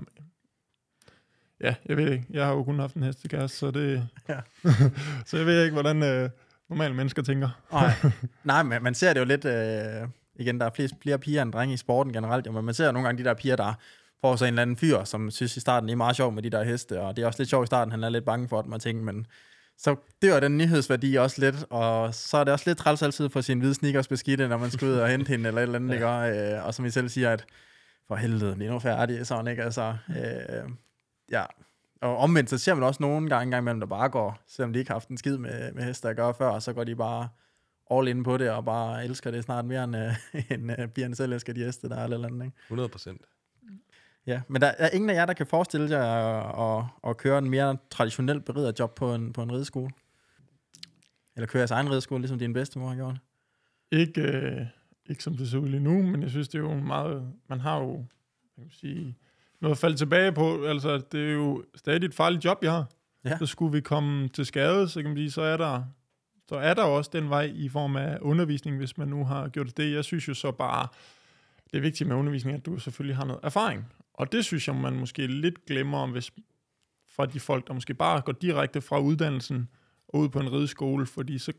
A: ja, jeg ved ikke, jeg har jo kun haft en hestekæreste, så det, ja. så jeg ved ikke, hvordan øh, normale mennesker tænker.
B: Nej, Nej men man ser det jo lidt, øh, igen, der er flere, flere piger end drenge i sporten generelt, jo, men man ser nogle gange de der piger, der får så en eller anden fyr, som synes i starten, det er meget sjovt med de der heste, og det er også lidt sjovt i starten, han er lidt bange for det, man tænker, men så dør den nyhedsværdi også lidt, og så er det også lidt træls altid for sin hvide sneakers beskidte, når man skal ud og hente hende eller et eller andet, ja. ikke? Og som I selv siger, at for helvede, det er nu færdigt, sådan, ikke? Altså, øh, ja. Og omvendt, så ser man også nogle gange, gang imellem, der bare går, selvom de ikke har haft en skid med, med hester at gøre før, så går de bare all in på det, og bare elsker det snart mere, end, øh, end øh, pigerne selv elsker de heste, der er eller andet, ikke?
C: hundrede procent.
B: Ja, men der er ingen af jer, der kan forestille jer at, at, at køre en mere traditionel beriderjob på en, på en rideskole? Eller køre jeres egen rideskole, ligesom din bedstemor har gjort?
A: Ikke, øh, ikke som det ser ud lige nu, men jeg synes, det er jo meget... Man har jo, jeg kan sige, noget at falde tilbage på. Altså, det er jo stadig et farligt job, jeg har. Ja. Så skulle vi komme til skade, så kan man sige, så er der, så er der også den vej i form af undervisning, hvis man nu har gjort det. Jeg synes jo så bare, det er vigtigt med undervisning, at du selvfølgelig har noget erfaring. Og det synes jeg, man måske lidt glemmer, hvis fra de folk, der måske bare går direkte fra uddannelsen og ud på en rideskole, fordi så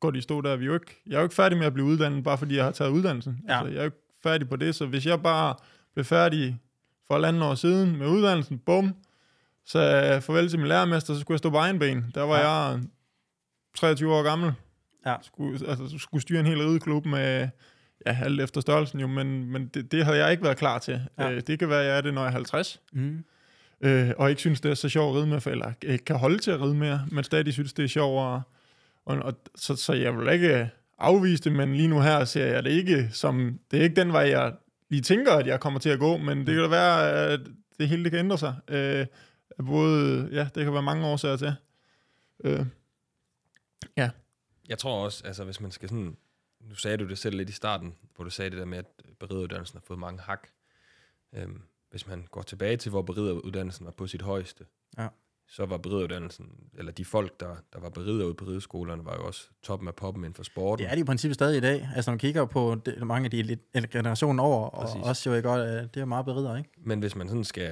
A: hvor de stod der. Vi er jo ikke, jeg er jo ikke færdig med at blive uddannet, bare fordi jeg har taget uddannelsen.
B: Ja.
A: Altså, jeg er jo ikke færdig på det, så hvis jeg bare blev færdig for et andet år siden med uddannelsen, bum, så farvel til min lærermester, så skulle jeg stå på egen ben. Der var ja. jeg treogtyve år gammel.
B: Ja.
A: Skulle, altså, skulle styre en hel rideklub med, ja, alt efter størrelsen jo, men, men det, det havde jeg ikke været klar til. Ja. Øh, det kan være, at jeg er det, når jeg er halvtreds.
B: Mm.
A: Øh, og ikke synes, det er så sjovt at ride med, for, eller ikke kan holde til at ride mere, men stadig synes, det er sjovt. Og, og, og, så, så jeg vil ikke afvise det, men lige nu her ser jeg det ikke som, det er ikke den vej, jeg lige tænker, at jeg kommer til at gå, men det kan da være, at det hele det kan ændre sig. Øh, både, ja, det kan være mange årsager til. Øh, ja.
C: Jeg tror også, altså hvis man skal sådan, nu sagde du det selv lidt i starten, hvor du sagde det der med, at berideruddannelsen har fået mange hak. Øhm, hvis man går tilbage til, hvor berideruddannelsen var på sit højeste,
B: ja.
C: så var berideruddannelsen, eller de folk, der, der var beridere ude på rideskolerne, var jo også toppen af poppen inden for sporten.
B: Det er de i princippet stadig i dag. Altså når man kigger på det, mange af de lidt, eller generationen over, og
C: Præcis.
B: også jo godt, det er meget berider, ikke?
C: Men hvis man sådan skal,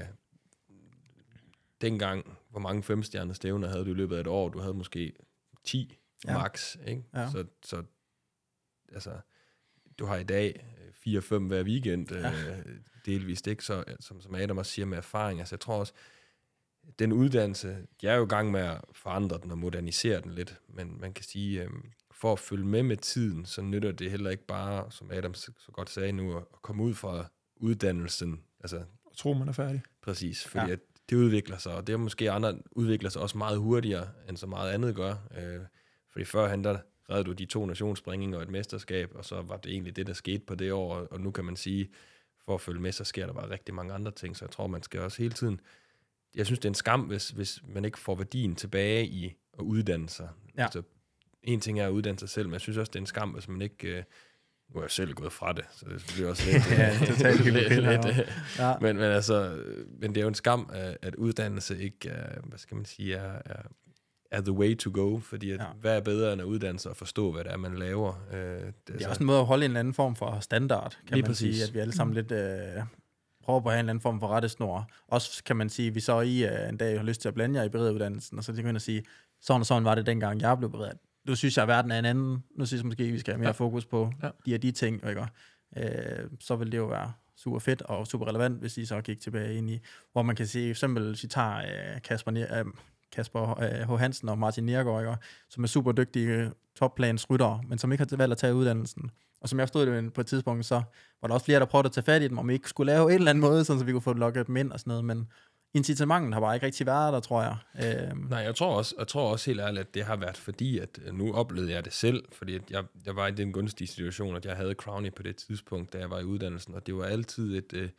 C: dengang, hvor mange femstjernede stævner havde du i løbet af et år, du havde måske ti
B: ja.
C: max, ikke?
B: Ja.
C: Så, så altså, du har i dag fire fem hver weekend, ja. øh, delvist, ikke? Så, som, som Adam også siger med erfaring, altså jeg tror også, den uddannelse, de er jo i gang med at forandre den og modernisere den lidt, men man kan sige, øh, for at følge med med tiden, så nytter det heller ikke bare, som Adam så, så godt sagde nu, at komme ud fra uddannelsen. Altså,
A: jeg tror, man er færdig.
C: Præcis, fordi
B: ja.
C: at det udvikler sig, og det er måske andre udvikler sig også meget hurtigere, end så meget andet gør. Øh, fordi førhen, der redde du de to nationsspringinger og et mesterskab, og så var det egentlig det, der skete på det år, og nu kan man sige, for at følge med, så sker der bare rigtig mange andre ting, så jeg tror, man skal også hele tiden, jeg synes, det er en skam, hvis, hvis man ikke får værdien tilbage i at uddanne sig.
B: Ja.
C: Altså, en ting er at uddanne sig selv, men jeg synes også, det er en skam, hvis man ikke, øh, nu er jeg selv gået fra det, så det bliver også lidt,
B: ja, totalt
C: lidt, lidt øh,
B: ja.
C: men, men altså, men det er jo en skam, at, at uddannelse ikke er, hvad skal man sige, er, er er the way to go, fordi at, ja. hvad er bedre end at uddanne sig og forstå, hvad det er, man laver. Øh, det,
B: det er så også en måde at holde en eller anden form for standard, kan man
C: præcis.
B: sige, at vi alle sammen lidt øh, prøver på at have en eller anden form for rettesnor. Også kan man sige, at vi så i øh, en dag har lyst til at blande jer i berideruddannelsen, og så kan man sige, sådan og sådan var det dengang, jeg blev beridet. Nu synes jeg, at verden er en anden. Nu synes jeg måske, at vi skal have mere ja. fokus på ja. de og de ting, ikke? Øh, så vil det jo være super fedt og super relevant, hvis I så gik tilbage ind i, hvor man kan sige, for eksempel, hvis vi tager øh, Kasper, øh, Kasper øh, H. Hansen og Martin Nergård, ikke? Som er super dygtige topplans ryttere, men som ikke har valgt at tage uddannelsen. Og som jeg forstod det på et tidspunkt, så var der også flere, der prøvede at tage fat i dem, om vi ikke skulle lave en eller anden måde, så vi kunne få lukket dem ind og sådan noget, men incitamenten har bare ikke rigtig været der, tror jeg. Øhm.
C: Nej, jeg tror, også, jeg tror også helt ærligt, at det har været fordi, at nu oplevede jeg det selv, fordi at jeg, jeg var i den gunstige situation, at jeg havde Crowley på det tidspunkt, da jeg var i uddannelsen, og det var altid et, øh,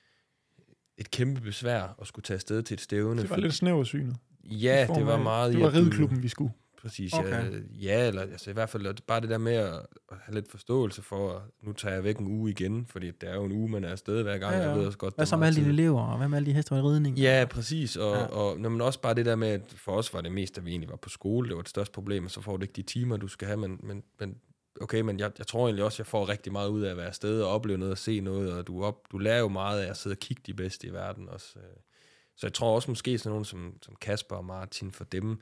C: et kæmpe besvær at skulle tage afsted til et stævne.
A: Det var lidt snæversynet.
C: Ja, det var meget...
A: Det var rideklubben, vi skulle.
C: Præcis,
B: okay.
C: ja, ja, eller altså i hvert fald bare det der med at, at have lidt forståelse for, at nu tager jeg væk en uge igen, fordi det er jo en uge, man er afsted hver gang. Ja, ja. Jeg ved også godt,
B: hvad så med alle dine elever, og hvad med alle de hester i ridning?
C: Ja, præcis, og,
B: ja.
C: og, og når man også bare det der med, at for os var det mest, at vi egentlig var på skole, det var det største problem, og så får du ikke de timer, du skal have, men, men, men okay, men jeg, jeg tror egentlig også, at jeg får rigtig meget ud af at være afsted og opleve noget og se noget, og du, op, du lærer jo meget af at sidde og kigge de bedste i verden også. Så jeg tror også måske sådan nogen som, som Kasper og Martin, for dem,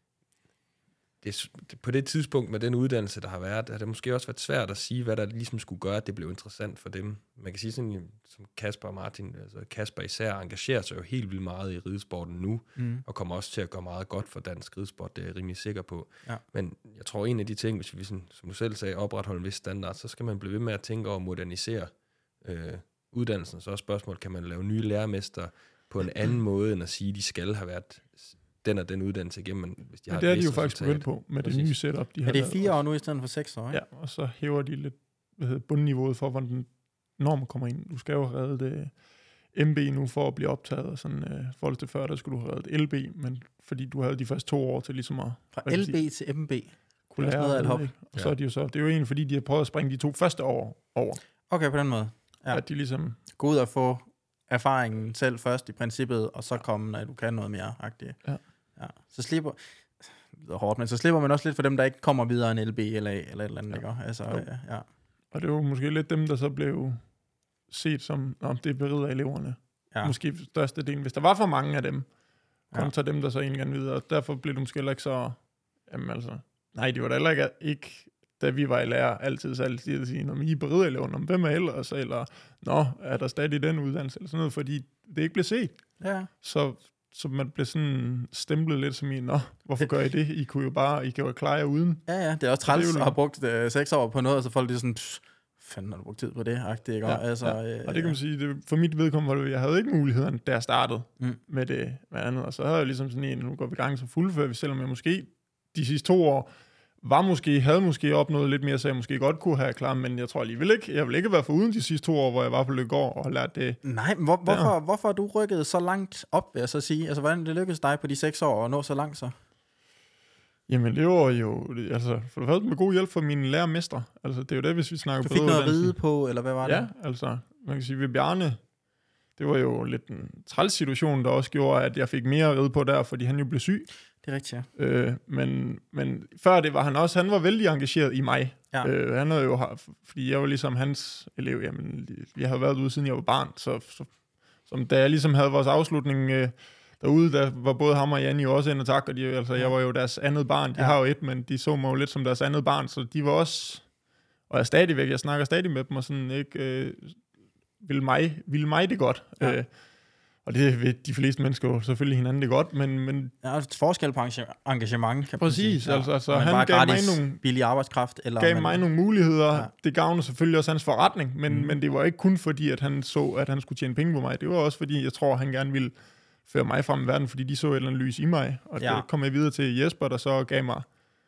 C: det, på det tidspunkt med den uddannelse, der har været, har det måske også været svært at sige, hvad der ligesom skulle gøre, at det blev interessant for dem. Man kan sige sådan, som Kasper og Martin, altså Kasper især engagerer sig jo helt vildt meget i ridesporten nu, mm. og kommer også til at gøre meget godt for dansk ridesport, det er jeg rimelig sikker på. Ja. Men jeg tror, en af de ting, hvis vi, sådan, som du selv sagde, opretholde en vis standard, så skal man blive ved med at tænke over at modernisere øh, uddannelsen. Så er spørgsmålet, kan man lave nye lærermester på en anden måde, end at sige, at de skal have været den og den uddannelse igennem. Men hvis de
A: men
C: har
A: det er de jo faktisk begyndt på, med Præcis. det nye setup. De
B: har er det fire år nu, i stedet for seks år, ikke?
A: Ja, og så hæver de lidt hvad hedder, bundniveauet for, hvordan normen kommer ind. Du skal jo have reddet det M B nu for at blive optaget, og sådan øh, forhold til før, der skulle du have reddet L B, men fordi du havde de første to år til ligesom at...
B: Fra L B til M B?
A: Kunne lære noget af et hop. Og ja. så er de jo så... Det er jo egentlig, fordi de har prøvet at springe de to første år over.
B: Okay, på den måde.
A: Ja. At de ligesom...
B: Gå ud og få erfaringen selv først i princippet, og så komme, når du kan noget mere agtigt.
A: Ja.
B: Ja. Så slipper... Det er hårdt, men så slipper man også lidt for dem, der ikke kommer videre end L B eller A eller et eller andet, ja. Ikke? Altså, ja. ja.
A: Og det er jo måske lidt dem, der så blev set som, om det er berider af eleverne. Ja. Måske største del, hvis der var for mange af dem, kontra ja. dem, der så egentlig gerne videre. Og derfor blev det måske heller ikke så, jamen altså, Nej, det var da heller ikke, ikke da vi var i lærer, altid så altid at sige, når I er beriderelever, om hvem er ellers, eller nå, er der stadig den uddannelse, eller sådan noget, fordi det ikke blev set.
B: Ja.
A: Så, så man blev sådan stemplet lidt som i, nå, hvorfor gør I det? I kunne jo bare, I kan jo klare jer uden.
B: Ja, ja, det er også træls at have brugt øh, seks år på noget, og så folk er sådan, fanden har du brugt tid på det? Agtigt, ikke?
A: Ja,
B: altså,
A: ja.
B: Øh,
A: og det kan man sige, det, for mit vedkommende var det, jeg havde ikke muligheden, da jeg startede
B: mm.
A: med det med andet, og så havde jeg ligesom sådan en, nu går vi i gang, så fuldfører vi, selvom jeg måske de sidste to år var måske, havde måske opnået lidt mere, så jeg måske godt kunne have klar, men jeg tror alligevel ikke, jeg vil ikke være foruden de sidste to år, hvor jeg var på Løgård og har lært det.
B: Nej, men hvor, hvorfor, ja. hvorfor har du rykket så langt op, vil jeg så sige? Altså, hvordan det lykkedes dig på de seks år at nå så langt så?
A: Jamen, det var jo, altså, for det første med god hjælp fra mine lærermestre. Altså, det er jo det, hvis vi snakker
B: på. Du fik noget at ride på, eller hvad var det?
A: Ja, altså, man kan sige, ved Bjarne, det var jo lidt en træls situation, der også gjorde, at jeg fik mere at ride på der, fordi han jo blev syg.
B: Det er rigtigt,
A: ja. Øh, men, men før det var han også, han var vældig engageret i mig. Ja. Øh, han havde jo, fordi jeg var ligesom hans elev, jamen, jeg havde været ude, siden jeg var barn, så, så som da jeg ligesom havde vores afslutning øh, derude, der var både ham og Janni jo også inde og tak, og de, altså, jeg var jo deres andet barn, de ja. har jo et, men de så mig jo lidt som deres andet barn, så de var også, og jeg stadigvæk, jeg snakker stadig med dem, og sådan ikke, øh, ville, mig, ville mig det godt. Ja. Øh, Og det ved de fleste mennesker jo selvfølgelig hinanden det godt, men... men
B: ja, et forskel på engagement, kan
A: præcis,
B: man
A: altså, altså han gav mig nogle...
B: billig arbejdskraft, eller...
A: gav
B: men,
A: mig nogle muligheder. Ja. Det gavner selvfølgelig også hans forretning, men, mm. men det var ikke kun fordi, at han så, at han skulle tjene penge på mig. Det var også fordi, jeg tror, han gerne ville føre mig frem i verden, fordi de så et eller andet lys i mig. Og ja. det kom jeg videre til Jesper, der så gav mig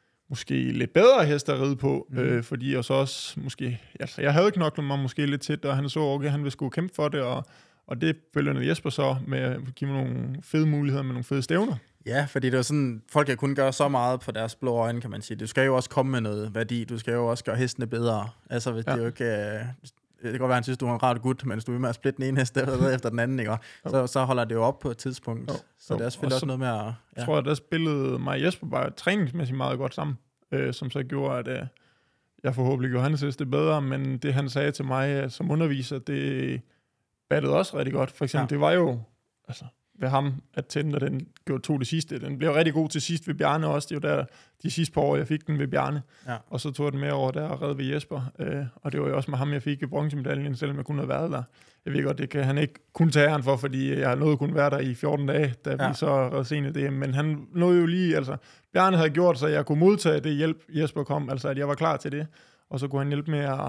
A: måske lidt bedre hest at ride på, mm. øh, fordi jeg så også måske... Altså, jeg havde knoklet mig måske lidt tæt, og han så, okay, han ville skulle kæmpe for det, og... Og det belønner Jesper så med at give mig nogle fede muligheder med nogle fede stævner.
B: Ja, fordi det er sådan, folk kan kun gøre så meget på deres blå øjne, kan man sige. Du skal jo også komme med noget værdi. Du skal jo også gøre hestene bedre. Altså, ja. det er jo ikke... Det kan godt være, han synes, du er en ret gut, men hvis du er med at splitte den ene hest efter den anden, ikke? Så, så holder det jo op på et tidspunkt. Jo. Så jo. det er selvfølgelig og også noget med at... Ja.
A: Jeg tror, at der spillede mig og Jesper bare træningsmæssigt meget godt sammen, øh, som så gjorde, at øh, jeg forhåbentlig gjorde hans heste bedre, men det han sagde til mig som underviser, det... battede også rigtig godt. For eksempel, ja. det var jo altså, ved ham, at Tender, den gjorde to det sidste. Den blev rigtig god til sidst ved Bjarne også. Det var der de sidste par år, jeg fik den ved Bjarne. Ja. Og så tog jeg den med over der og redde ved Jesper. Øh, og det var jo også med ham, jeg fik bronzemedaljen, selvom jeg kunne have været der. Jeg ved godt, det kan han ikke kun tage æren for, fordi jeg nåede kun være der i fjorten dage, da ja. vi så redde sent i det. Men han nåede jo lige, altså, Bjarne havde gjort, så jeg kunne modtage det hjælp, Jesper kom, altså at jeg var klar til det. Og så kunne han hjælpe med at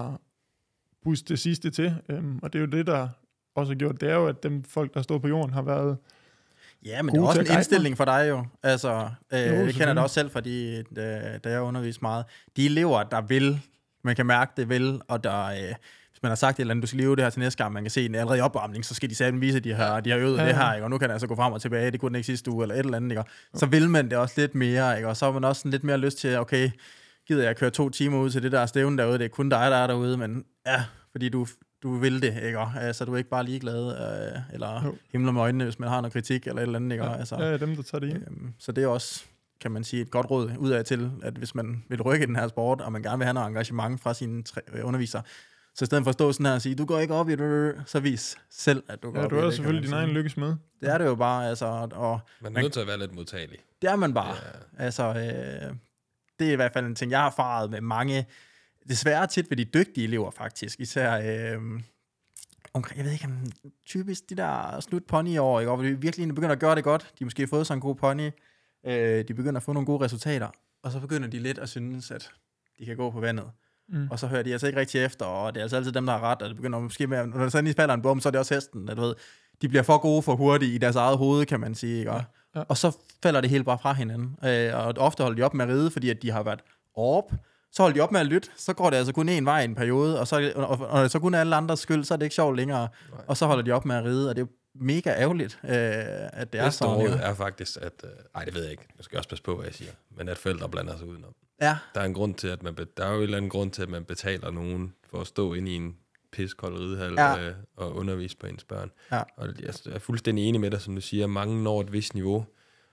A: puste det sidste til. Øhm, og det er jo det, der også har gjort, det er jo, at dem folk, der står på jorden, har været
B: ja, men det er også en indstilling for dig jo. Altså, øh, jo, det kender jeg da også selv, fordi da, da jeg underviser meget. De elever, der vil, man kan mærke det vil, og der, øh, hvis man har sagt et eller andet, du skal leve det her til næste gang, man kan se en allerede i opvarmning, så skal de selv vise, at de har, de har øvet ja, det her, ikke? Og nu kan jeg altså gå frem og tilbage, det kunne den ikke sidste uge, eller et eller andet, ikke? Så vil man det også lidt mere, ikke? Og så har man også sådan lidt mere lyst til, okay, gider jeg køre to timer ud til det der stævne derude, det er kun dig, der er derude, men ja, fordi du du vil det, ikke? Altså, du er ikke bare ligeglad, øh, eller jo. himler med øjnene, hvis man har noget kritik, eller et eller andet, ikke?
A: Ja,
B: altså,
A: ja, dem, der tager det ind.
B: Øhm, så det er også, kan man sige, et godt råd ud af til, at hvis man vil rykke den her sport, og man gerne vil have noget engagement fra sine tre- undervisere, så i stedet for at stå sådan her og sige, du går ikke op i det, så vis selv, at du går
A: ja,
B: op i
A: det. Ja, du
B: er
A: selvfølgelig din egen lykkes med.
B: Det er det jo bare, altså. Og
C: man er nødt til at være lidt modtagelig.
B: Det er man bare. Ja. Altså, øh, det er i hvert fald en ting, jeg har erfaret med mange, desværre tit ved de dygtige elever, faktisk. Især... Øh, omkring, jeg ved ikke, om typisk de der slut ponyår, ikke? Og de virkelig begynder at gøre det godt. De har måske fået sådan en god pony. Øh, de begynder at få nogle gode resultater. Og så begynder de lidt at synes, at de kan gå på vandet. Mm. Og så hører de altså ikke rigtig efter, og det er altså altid dem, der har ret. Og det begynder måske med, når der så lige falder en bom, så er det også hesten. At, du ved, de bliver for gode for hurtigt i deres eget hoved, kan man sige. Ikke? Ja. Ja. Og så falder det hele bare fra hinanden. Øh, og ofte holder de op med at ride, fordi at de har været op. Så holder de op med at lytte, så går det altså kun en vej i en periode, og så, og, og, og så kun alle andres skyld, så er det ikke sjovt længere. Nej. Og så holder de op med at ride, og det er jo mega ærgerligt, øh, at det er sådan.
C: Det er faktisk, at... Øh, ej, det ved jeg ikke. Jeg skal også passe på, hvad jeg siger. Men at forældre blander sig udenom.
B: Ja.
C: Der er en grund til, at man... Be- der er jo en eller anden grund til, at man betaler nogen for at stå inde i en piskold ridehal ja. øh, og undervise på ens børn. Ja. Og jeg er fuldstændig enig med dig, som du siger. Mange når et vist niveau,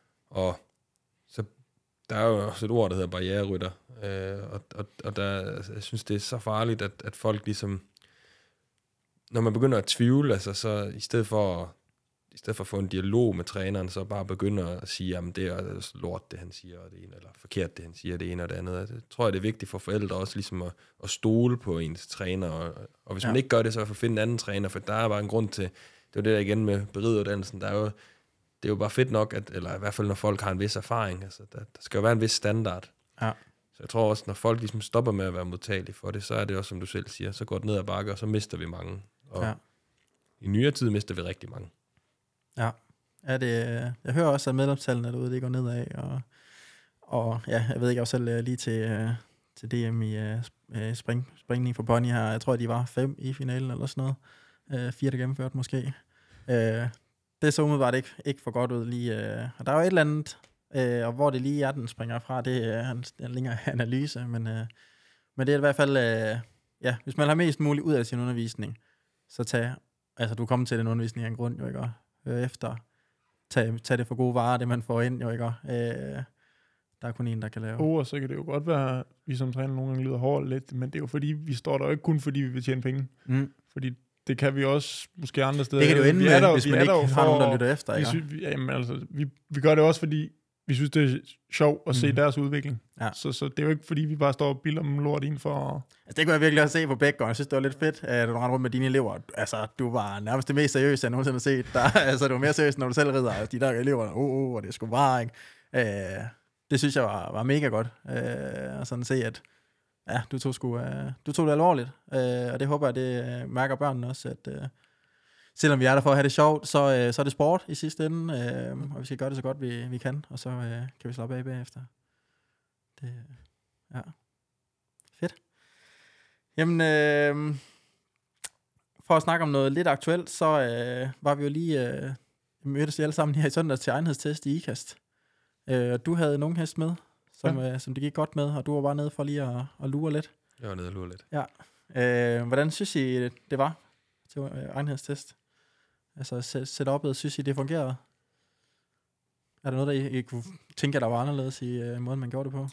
C: og så... Der er jo også et ord, der hedder barriererytter, øh, og, og, og der, altså, jeg synes, det er så farligt, at, at folk ligesom, når man begynder at tvivle, altså så i stedet for at i stedet for at få en dialog med træneren, så bare begynder at sige, jamen det er lort, det han siger, og det ene, eller forkert, det han siger, det ene og det andet. Det tror jeg, det er vigtigt for forældre også ligesom at, at stole på ens træner, og, og hvis ja. man ikke gør det, så i hvert fald finde en anden træner, for der er bare en grund til, det er det der igen med berideruddannelsen, der er jo, det er jo bare fedt nok, at, eller i hvert fald når folk har en vis erfaring, altså der, der skal jo være en vis standard.
B: Ja.
C: Så jeg tror også, når folk ligesom stopper med at være modtagelige for det, så er det også, som du selv siger, så går det ned ad bakke, og så mister vi mange. Og
B: ja.
C: i nyere tid mister vi rigtig mange.
B: Ja, er det, jeg hører også, at medlemstallene derude, det går nedad, og, og ja, jeg ved ikke, jeg var selv lige til, til D M i uh, spring, springning for pony her, jeg tror, de var fem i finalen eller sådan noget, uh, fire, der gennemført måske. Uh, det så umiddelbart ikke, ikke for godt ud lige, uh, og der er jo et eller andet, uh, og hvor det lige er, den springer fra, det er en, en længere analyse, men, uh, men det er i hvert fald, uh, ja, hvis man har mest muligt ud af sin undervisning, så tag, altså du kommer til den undervisning af en grund, jo ikke, høre efter, tag, tag det for gode varer, det man får ind, jo ikke? Øh, der er kun en, der kan lave.
A: Oh, og så kan det jo godt være, at vi som træner nogle gange lider hårdt lidt, men det er jo fordi, vi står der jo ikke kun fordi, vi vil tjene penge.
B: Mm.
A: Fordi det kan vi også måske andre steder.
B: Det kan det jo ende med,
A: der,
B: hvis man ikke har nogen, der lytter efter,
A: vi,
B: ikke?
A: synes, vi, jamen, altså, vi, vi gør det også, fordi vi synes, det er sjovt at se mm. deres udvikling.
B: Ja.
A: Så, så det er jo ikke, fordi vi bare står og bilder dem lort ind for...
B: Altså, det kunne jeg virkelig også se på Bækgaard. Jeg synes, det var lidt fedt, at du rendte rundt med dine elever. Altså, du var nærmest det mest seriøse, jeg nogensinde har set. Der, altså, du var mere seriøs, når du selv rider. Altså, de der elever, oh, oh, og det skulle bare, ikke? Øh, det synes jeg var, var mega godt. Øh, og sådan at se, at ja, du tog, sgu, øh, du tog det alvorligt. Øh, og det håber jeg, det mærker børnene også, at... Øh, selvom vi er der for at have det sjovt, så, øh, så er det sport i sidste ende, øh, og vi skal gøre det så godt, vi, vi kan, og så øh, kan vi slappe af bagefter. Det, ja. Fedt. Jamen, øh, for at snakke om noget lidt aktuelt, så øh, var vi jo lige, øh, mødtes alle sammen her i søndags til egenhedstest i IKAST. Øh, du havde nogen hest med, som, ja. øh, som det gik godt med, og du var bare nede for lige at, at lure lidt.
C: Jeg var nede og lure lidt.
B: Ja. Øh, hvordan synes I, det var til øh, egenhedstest? Altså setup'et, synes I, det fungerede? Er der noget, der I, I kunne tænke, at der var anderledes i uh, måden, man gjorde det på?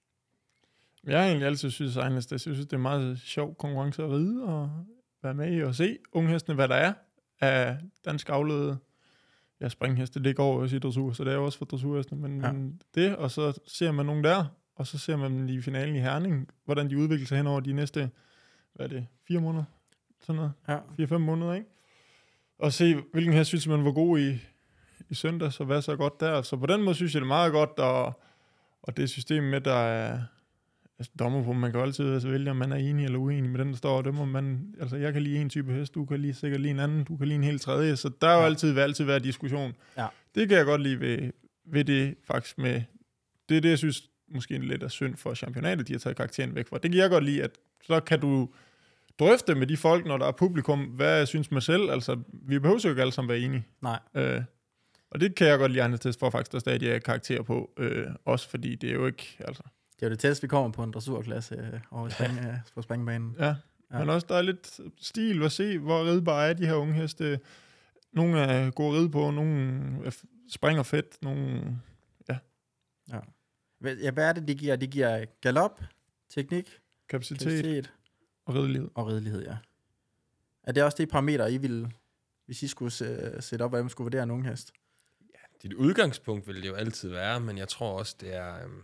A: Jeg har egentlig altid synes, at jeg synes, det er meget sjov konkurrence at ride og være med i og se unghestene, hvad der er af dansk afledede ja, springheste. Det går også i dressur, så det er jo også for dressurhestene. Men, ja. men det, og så ser man nogen der, og så ser man dem i finalen i Herning, hvordan de udvikler sig hen over de næste, hvad er det, fire måneder? Sådan noget.
B: Ja.
A: Fire-fem måneder, ikke? Og se, hvilken hest synes man var god i, i søndag, så hvad så godt der. Så på den måde synes jeg, det er meget godt, og, og det system med, der er altså, dommer på, man kan altid altså, vælge, om man er enig eller uenig med den, der står og dømmer. Man, altså, jeg kan lide en type hest, du kan lige sikkert lide en anden, du kan lide en helt tredje, så der er jo ja. altid, vil altid være diskussion.
B: Ja.
A: Det kan jeg godt lide ved, ved det faktisk med, det er det, jeg synes måske lidt er synd for championatet, de har taget karakteren væk fra. Det kan jeg godt lide, at så kan du drøfte med de folk, når der er publikum, hvad jeg synes mig selv. Altså, vi behøver jo ikke alle sammen være enige.
B: Nej.
A: Øh, og det kan jeg godt lide egenhedstest for faktisk, der stadig er karakter på. Øh, også fordi det er jo ikke, altså...
B: Det er jo det tætteste, vi kommer på en dressurklasse øh, over spring, øh, på springbanen.
A: Ja. ja, men også der er lidt stil at se, hvor ridbare er de her unge heste. Nogle er gode at ride på, nogle springer fedt, nogle... Ja.
B: Ja. Ja, hvad er det, de giver? De giver galop, teknik,
A: kapacitet,
B: kapacitet
A: og ridelighed.
B: Og ridelighed, ja. Er det også det parameter, I ville, hvis I skulle sætte op, hvordan man skulle vurdere en unge hest?
C: Ja, dit udgangspunkt vil det jo altid være, men jeg tror også, det er øhm,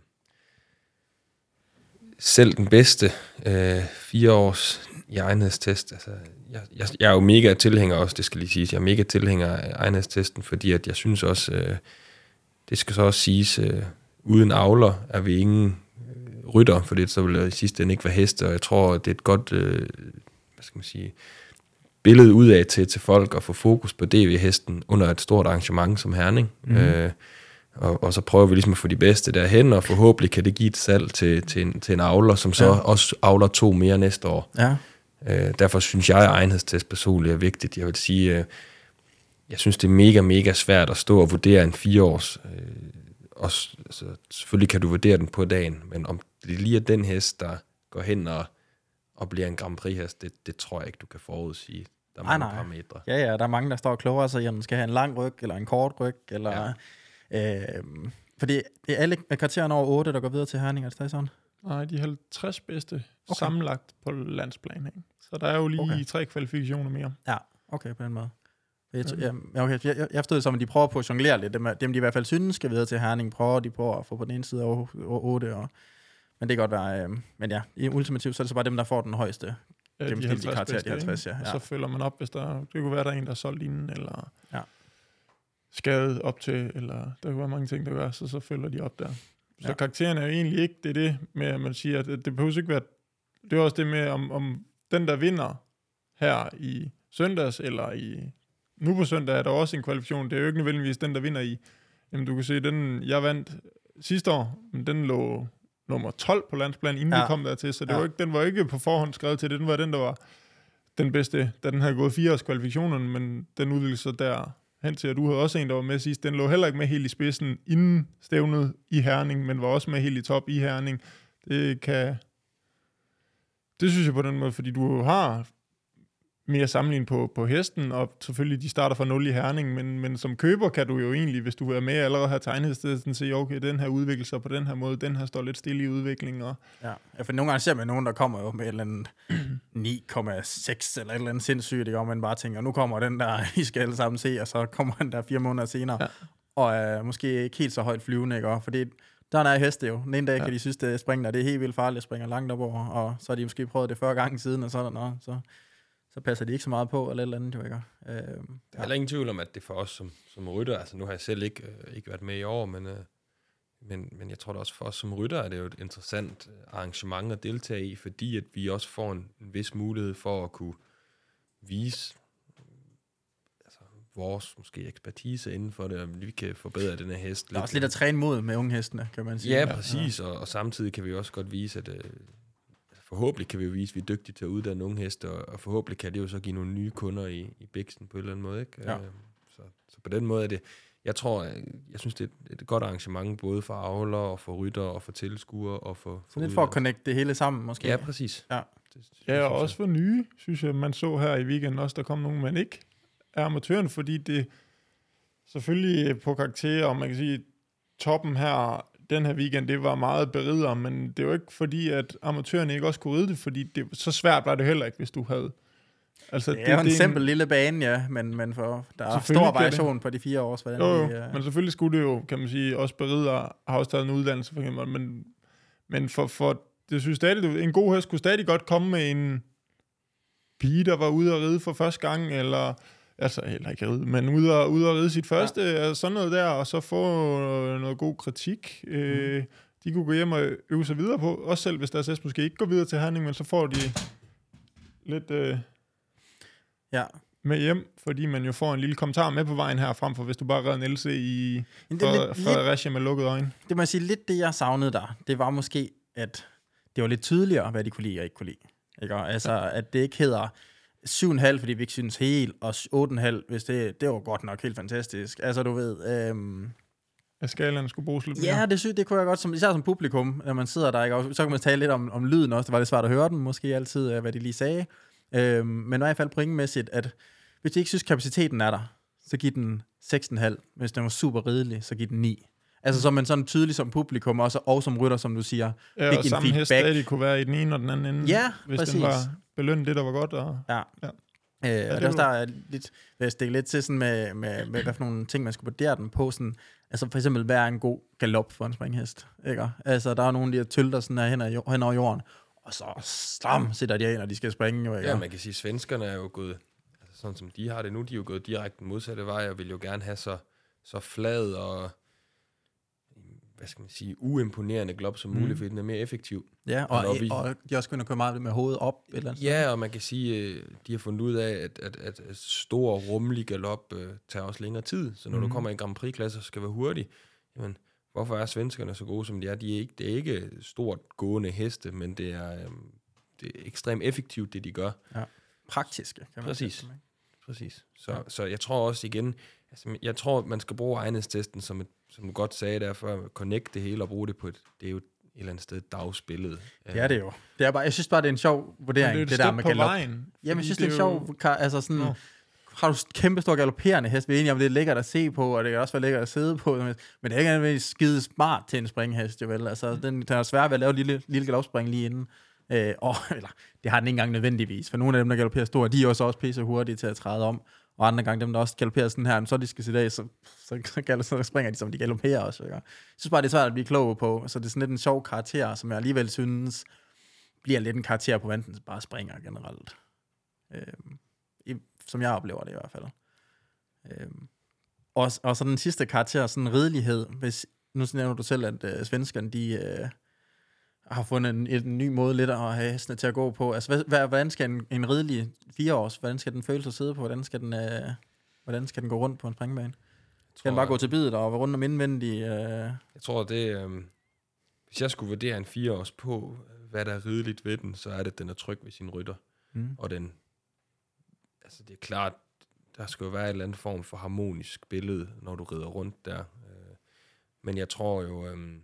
C: selv den bedste øh, fire års i egenhedstest. Altså, jeg, jeg, jeg er jo mega tilhænger også, det skal lige siges. Jeg er mega tilhænger af egenhedstesten, fordi at jeg synes også, øh, det skal så også siges, øh, uden avler er vi ingen rytter, for det så vil det i sidste ende ikke være heste, og jeg tror, det er et godt øh, hvad skal man sige, billede udad til, til folk at få fokus på D V-hesten under et stort arrangement som Herning. Mm-hmm. Øh, og, og så prøver vi ligesom at få de bedste derhen, og forhåbentlig kan det give et salg til, til, en, til en avler, som så ja. også avler to mere næste år.
B: Ja.
C: Øh, derfor synes jeg, at egenhedstest personligt er vigtigt. Jeg vil sige, øh, jeg synes, det er mega, mega svært at stå og vurdere en fireårs øh, og altså, selvfølgelig kan du vurdere den på dagen, men om det lige er den hest, der går hen og, og bliver en Grand Prix-hest, det, det tror jeg ikke, du kan forudsige. Der er mange
B: nej, nej.
C: parametre.
B: Ja, ja, der er mange, der står og kloger sig, at den skal have en lang ryg, eller en kort ryg, eller... Ja. Øh, fordi det er alle kriterierne over otte, der går videre til Herning, er det stadig sådan?
A: Nej, de halvtreds bedste
B: okay.
A: sammenlagt på landsplan. Ikke? Så der er jo lige okay. tre kvalifikationer mere.
B: Ja, okay, på den måde. Jeg, jeg, okay, jeg, jeg forstod det som, at de prøver på at jonglere lidt. Dem, dem de i hvert fald synes skal videre til Herning, prøver de på at få på den ene side over otte. Og, men det kan godt være... Øh, men ja, i ultimativt, så er det så bare dem, der får den højeste
A: ja,
B: gennemsnitlige karakter, de halvtreds. Ja.
A: Og så følger man op, hvis der... Det kunne være, der er en, der er solgt inden, eller
B: ja.
A: skadet op til, eller der kan være mange ting, der gør, så så følger de op der. Så
B: ja.
A: karakteren er jo egentlig ikke det, det med, at man siger, at det, det behøver ikke være... Det er også det med, om, om den, der vinder her i søndags, eller i... Nu på søndag er der også en kvalifikation. Det er jo ikke nødvendigvis den, der vinder i. Jamen, du kan se, den jeg vandt sidste år, men den lå nummer tolv på landsplan, inden ja. vi kom dertil. Så det ja. var ikke, den var ikke på forhånd skrevet til det. Den var den, der var den bedste, da den havde gået fire års kvalifikationen, men den udviklede sig der hen til, at du havde også en, der var med sidst. Den lå heller ikke med helt i spidsen inden stævnet i Herning, men var også med helt i top i Herning. Det kan... Det synes jeg på den måde, fordi du har... mere sammenlignet på, på hesten, og selvfølgelig, de starter fra nul i Herning, men, men som køber kan du jo egentlig, hvis du er med allerede har tegnet stedet, sige, okay, den her udvikler sig på den her måde, den her står lidt stille i udviklingen. Og
B: ja, for nogle gange ser man nogen, der kommer jo med et eller andet ni komma seks eller et eller andet sindssygt, og man bare tænker, nu kommer den der, I skal alle sammen se, og så kommer den der fire måneder senere, ja. og er måske ikke helt så højt flyvende, ikke? Fordi der er heste jo. Den ene dag ja. kan de synes, det springer, det er helt vildt farligt, springer langt op over, og så har de måske prøvet det fyrre gange siden, og sådan noget, så så passer de ikke så meget på, eller et eller andet, jo ikke? Øh,
C: der er heller ingen tvivl om, at det for os som, som rytter, altså nu har jeg selv ikke, øh, ikke været med i år, men, øh, men, men jeg tror da også for os som rytter, er det jo et interessant arrangement at deltage i, fordi at vi også får en, en vis mulighed for at kunne vise altså, vores måske ekspertise inden for det, og vi kan forbedre den her hest.
B: Der er også lidt at træne mod med unge hestene, kan man sige.
C: Ja, præcis, ja. Og, og samtidig kan vi også godt vise, at... Øh, forhåbentlig kan vi jo vise, at vi er dygtige til at uddanne unge heste, og, og forhåbentlig kan det jo så give nogle nye kunder i, i Biksen på en eller anden måde. Ikke?
B: Ja.
C: Øh, så, så på den måde er det, jeg tror, jeg, jeg synes, det er et, et godt arrangement, både for avlere og for rytter og for tilskuere og for...
B: Så lidt for at connecte det hele sammen, måske?
C: Ja, præcis.
B: Ja,
A: det, ja og også for nye, synes jeg, man så her i weekenden også, der kom nogen, man ikke er amatøren, fordi det selvfølgelig på karakterer, og man kan sige, toppen her... Den her weekend, det var meget berider, men det er jo ikke fordi, at amatørerne ikke også kunne ride det, fordi det, så svært var det heller ikke, hvis du havde... Altså,
B: det er jo en simpel en... lille bane, ja, men, men for, der er stor variation på de fire års. Hvordan
A: jo, jo.
B: De, uh...
A: men selvfølgelig skulle det jo, kan man sige, også berider har også taget en uddannelse, for eksempel, men, men for, for det synes stadig, en god hest kunne stadig godt komme med en pige, der var ude at ride for første gang, eller... Altså, heller ikke ride, men ude og, ude og ride sit første, ja. altså sådan noget der, og så få noget god kritik. Mm. Øh, de kunne gå hjem og øve sig videre på, også selv hvis deres hest måske ikke går videre til Herning, men så får de lidt øh,
B: ja.
A: med hjem, fordi man jo får en lille kommentar med på vejen her, frem for hvis du bare redder en L C i Fredericia med lukkede øjne.
B: Det må jeg sige, lidt det jeg savnede der, det var måske, at det var lidt tydeligere, hvad de kunne lide og ikke kunne lide. Ikke? Altså, ja. at det ikke hedder... syv komma fem, fordi vi ikke synes helt, og otte komma fem, hvis det, det var godt nok helt fantastisk. Altså, du ved... Øhm,
A: at skalaen skulle bruges lidt mere.
B: Ja, det, synes, det kunne jeg godt, som, især som publikum, når man sidder der, ikke? Og så kan man tale lidt om, om lyden også. Det var lidt svært at høre den, måske altid, hvad de lige sagde. Øhm, men i hvert fald pointmæssigt, at hvis de ikke synes, kapaciteten er der, så giv den seks komma fem. Hvis den var super ridelig, så giv den ni. Altså, så man sådan tydelig som publikum, også, og som rytter, som du siger.
A: Ja, og samme hest stadig kunne være i den ene og den anden ende.
B: Ja,
A: hvis
B: præcis.
A: Den var belønnet det, der var godt. Og,
B: ja. ja. Øh, ja, og det er også der er lidt, jeg stikker lidt til sådan med, med, med, hvad for nogle ting, man skal vurdere den på. Sådan, altså for eksempel, hvad er en god galop for en springhest? Ikke? Altså, der er nogle af de her tølter sådan her hen, hen over jorden, og så slam sætter de af, når de skal springe. Jo, ikke?
C: Ja, man kan sige, at svenskerne er jo gået, altså sådan som de har det nu, de er jo gået direkte den modsatte vej, og vil jo gerne have så, så flad og hvad skal man sige, uimponerende glop som muligt, mm. fordi den er mere effektiv.
B: Ja, og, og, vi, og de også kunne køre meget med hovedet op. Eller
C: ja, og man kan sige, de har fundet ud af, at, at, at stor, rummelig galop uh, tager også længere tid. Så når mm. du kommer i en Grand Prix-klasse og skal være hurtig, jamen, hvorfor er svenskerne så gode, som de er? De er ikke, det er ikke stort gående heste, men det er, um, det er ekstremt effektivt, det de gør.
B: Ja. Praktiske, kan man
C: Præcis.
B: sige.
C: Præcis. Så, ja. så jeg tror også igen, altså, jeg tror, man skal bruge egnestesten som et, som du godt sagde der, for at connecte det hele og bruge det på et, det er jo et eller andet sted dagsbillede.
B: Det er det jo. Det er bare, jeg synes bare, det er en sjov vurdering, det, det, det der med galop. Jamen, jeg synes, det er en sjov, jo... altså sådan, no. har du kæmpe stor galopperende hest, vi er enige om, det er lækkert at se på, og det kan også være lækkert at sidde på, men det er ikke nødvendigvis skide smart til en springhest, jo vel. Altså, den, den er svært ved at lave et lille, lille galopspring lige inden. Øh, og, eller, det har den ikke engang nødvendigvis, for nogle af dem, der galopperer store, de er også også pisse hurtige til at træde om, Og andre gange, dem der også galopperer sådan her, så de skal sidde af, så, så, så, så springer de, som de galopperer også. Ikke? Jeg synes bare, det er svært at blive klog på, så det er sådan lidt en sjov karakter, som jeg alligevel synes, bliver lidt en karakter på vanten, bare springer generelt. Øhm, i, som jeg oplever det i hvert fald. Øhm, og, og så den sidste karakter, sådan en ridelighed, hvis, nu nævner du selv, at øh, svenskerne, de øh, har fundet en, en ny måde lidt at have hestene til at gå på. Altså, hvad, hvordan skal en, en ridelig fireårs, hvordan skal den føles at sidde på? Hvordan skal den, øh, hvordan skal den gå rundt på en springbane? Skal den bare gå til bidet og være rundt om indvendig? Øh?
C: Jeg tror, det øh, hvis jeg skulle vurdere en fireårs på, hvad der er rideligt ved den, så er det, at den er tryg ved sin rytter. Mm. Og den, altså det er klart, der skal jo være en eller anden form for harmonisk billede, når du rider rundt der. Men jeg tror jo, øhm,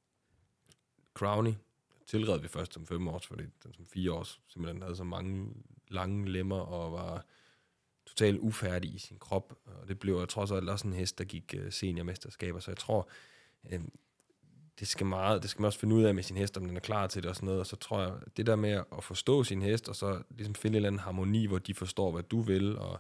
C: Crownie tilred vi først som fem års, fordi den som fire års simpelthen havde så mange lange lemmer og var totalt ufærdig i sin krop. Og det blev jo trods alt også en hest, der gik uh, seniormesterskaber. Så jeg tror, øhm, det skal meget, det skal man også finde ud af med sin hest, om den er klar til det og sådan noget. Og så tror jeg, det der med at forstå sin hest, og så ligesom finde en eller anden harmoni, hvor de forstår, hvad du vil, og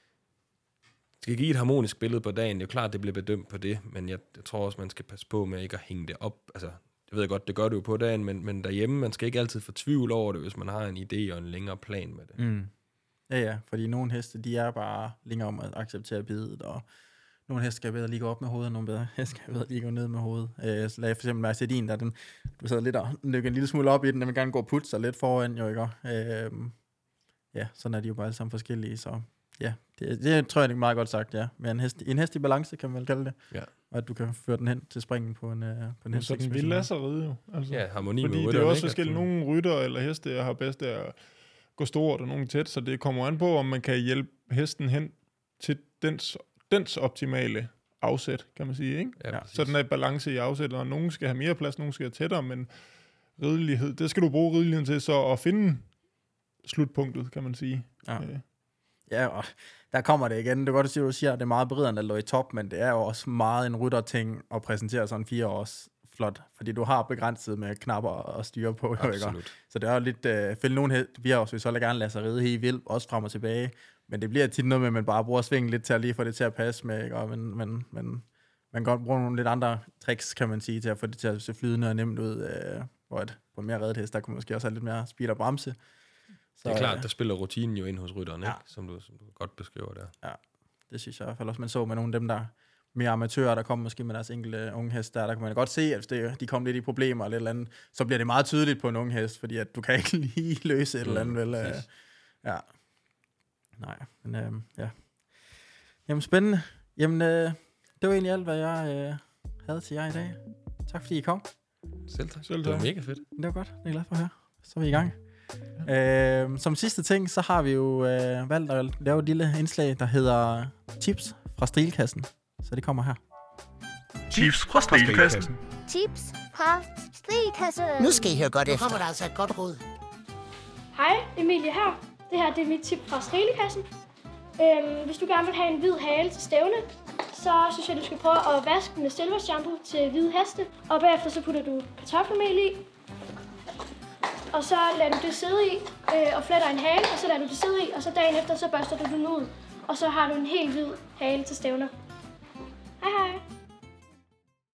C: skal give et harmonisk billede på dagen. Det er jo klart, det bliver bedømt på det, men jeg, jeg tror også, man skal passe på med ikke at hænge det op. Altså, jeg ved godt, det gør du jo på dagen, men, men derhjemme, man skal ikke altid få tvivl over det, hvis man har en idé og en længere plan med det.
B: Mm. Ja, ja, fordi nogle heste, de er bare længere om at acceptere bidet, og nogle heste skal bedre lige gå op med hovedet, og nogle bedre heste skal bedre lige gå ned med hovedet. Øh, så lad for eksempel Mercedin, der den, du sidder lidt og lykker en lille smule op i den, den vil gerne gå og putte sig lidt foran, jo ikke? Øh, ja, sådan er de jo bare alle sammen forskellige, så ja, det, det tror jeg, det er meget godt sagt, ja. Men en hest, en hest i balance, kan man vel kalde det.
C: Ja.
B: Og at du kan føre den hen til springen på en, uh, på en hest.
A: Så den vil lade sig ride jo. Altså,
C: ja, harmoni
A: fordi
C: med
A: det er
C: rytterne,
A: også
C: ikke?
A: forskellige. Nogle rytter eller heste har bedst at gå stort, og nogle tæt, så det kommer an på, om man kan hjælpe hesten hen til dens, dens optimale afsæt, kan man sige, ikke?
C: Ja,
A: så den er i balance i afsættet, og nogen skal have mere plads, nogen skal have tættere, men ridelighed, det skal du bruge rideligheden til, så at finde slutpunktet, kan man sige.
B: Ja.
A: Øh.
B: Ja, og der kommer det igen. Det er godt at sige, at du siger, at det er meget beridende, at lå i top, men det er jo også meget en rytterting at præsentere sådan fire års flot, fordi du har begrænset med knapper og styre på. Absolut. Ikke? Så det er jo lidt, øh, fælde nogen fire års, vi så gerne lade sig ride helt vildt, også frem og tilbage, men det bliver tit noget med, at man bare bruger svingen lidt til at lige få det til at passe med, ikke? Og men, men, men man kan godt bruge nogle lidt andre tricks, kan man sige, til at få det til at se flydende og nemt ud, øh, hvor et, på en mere reddet hest, der kunne måske også have lidt mere speed og bremse.
C: Så, det er klart, der spiller rutinen jo ind hos rytteren, ja. Ikke? Som, du, som du godt beskriver der.
B: Ja, det synes jeg i hvert fald også. Man så med nogle af dem, der mere amatører, der kom måske med deres enkelte unge hest, der, der kan man godt se, at hvis det, de kom lidt i problemer eller et eller andet, så bliver det meget tydeligt på en unge hest, fordi at du kan ikke lige løse et mm, eller andet. Vel, øh, ja. Nej, men øh, ja. Jamen, spændende. Jamen, øh, det var egentlig alt, hvad jeg øh, havde til jer i dag. Tak fordi I kom.
C: Selv tak.
A: Selv tak.
C: Det var mega fedt.
B: Det var godt. Det er glad for at høre. Så er vi i gang. Ja. Øh, som sidste ting, så har vi jo øh, valgt at lave et lille indslag, der hedder Tips fra Strilkassen. Så det kommer her.
D: Tips fra Strilkassen.
E: Tips fra Strilkassen.
F: Nu skal I høre godt efter.
G: Nu kommer der altså et godt råd.
H: Hej, Emilie her. Det her det er mit tip fra Strilkassen. Øhm, hvis du gerne vil have en hvid hale til stævne, så synes jeg, du skal prøve at vaske med Silver shampoo til hvide heste. Og bagefter så putter du kartoffelmel i. Og så lader du det sidde i, øh, og fletter en hale, og så lader du det sidde i, og så dagen efter, så børster du den ud. Og så har du en helt hvid hale til stævner. Hej hej!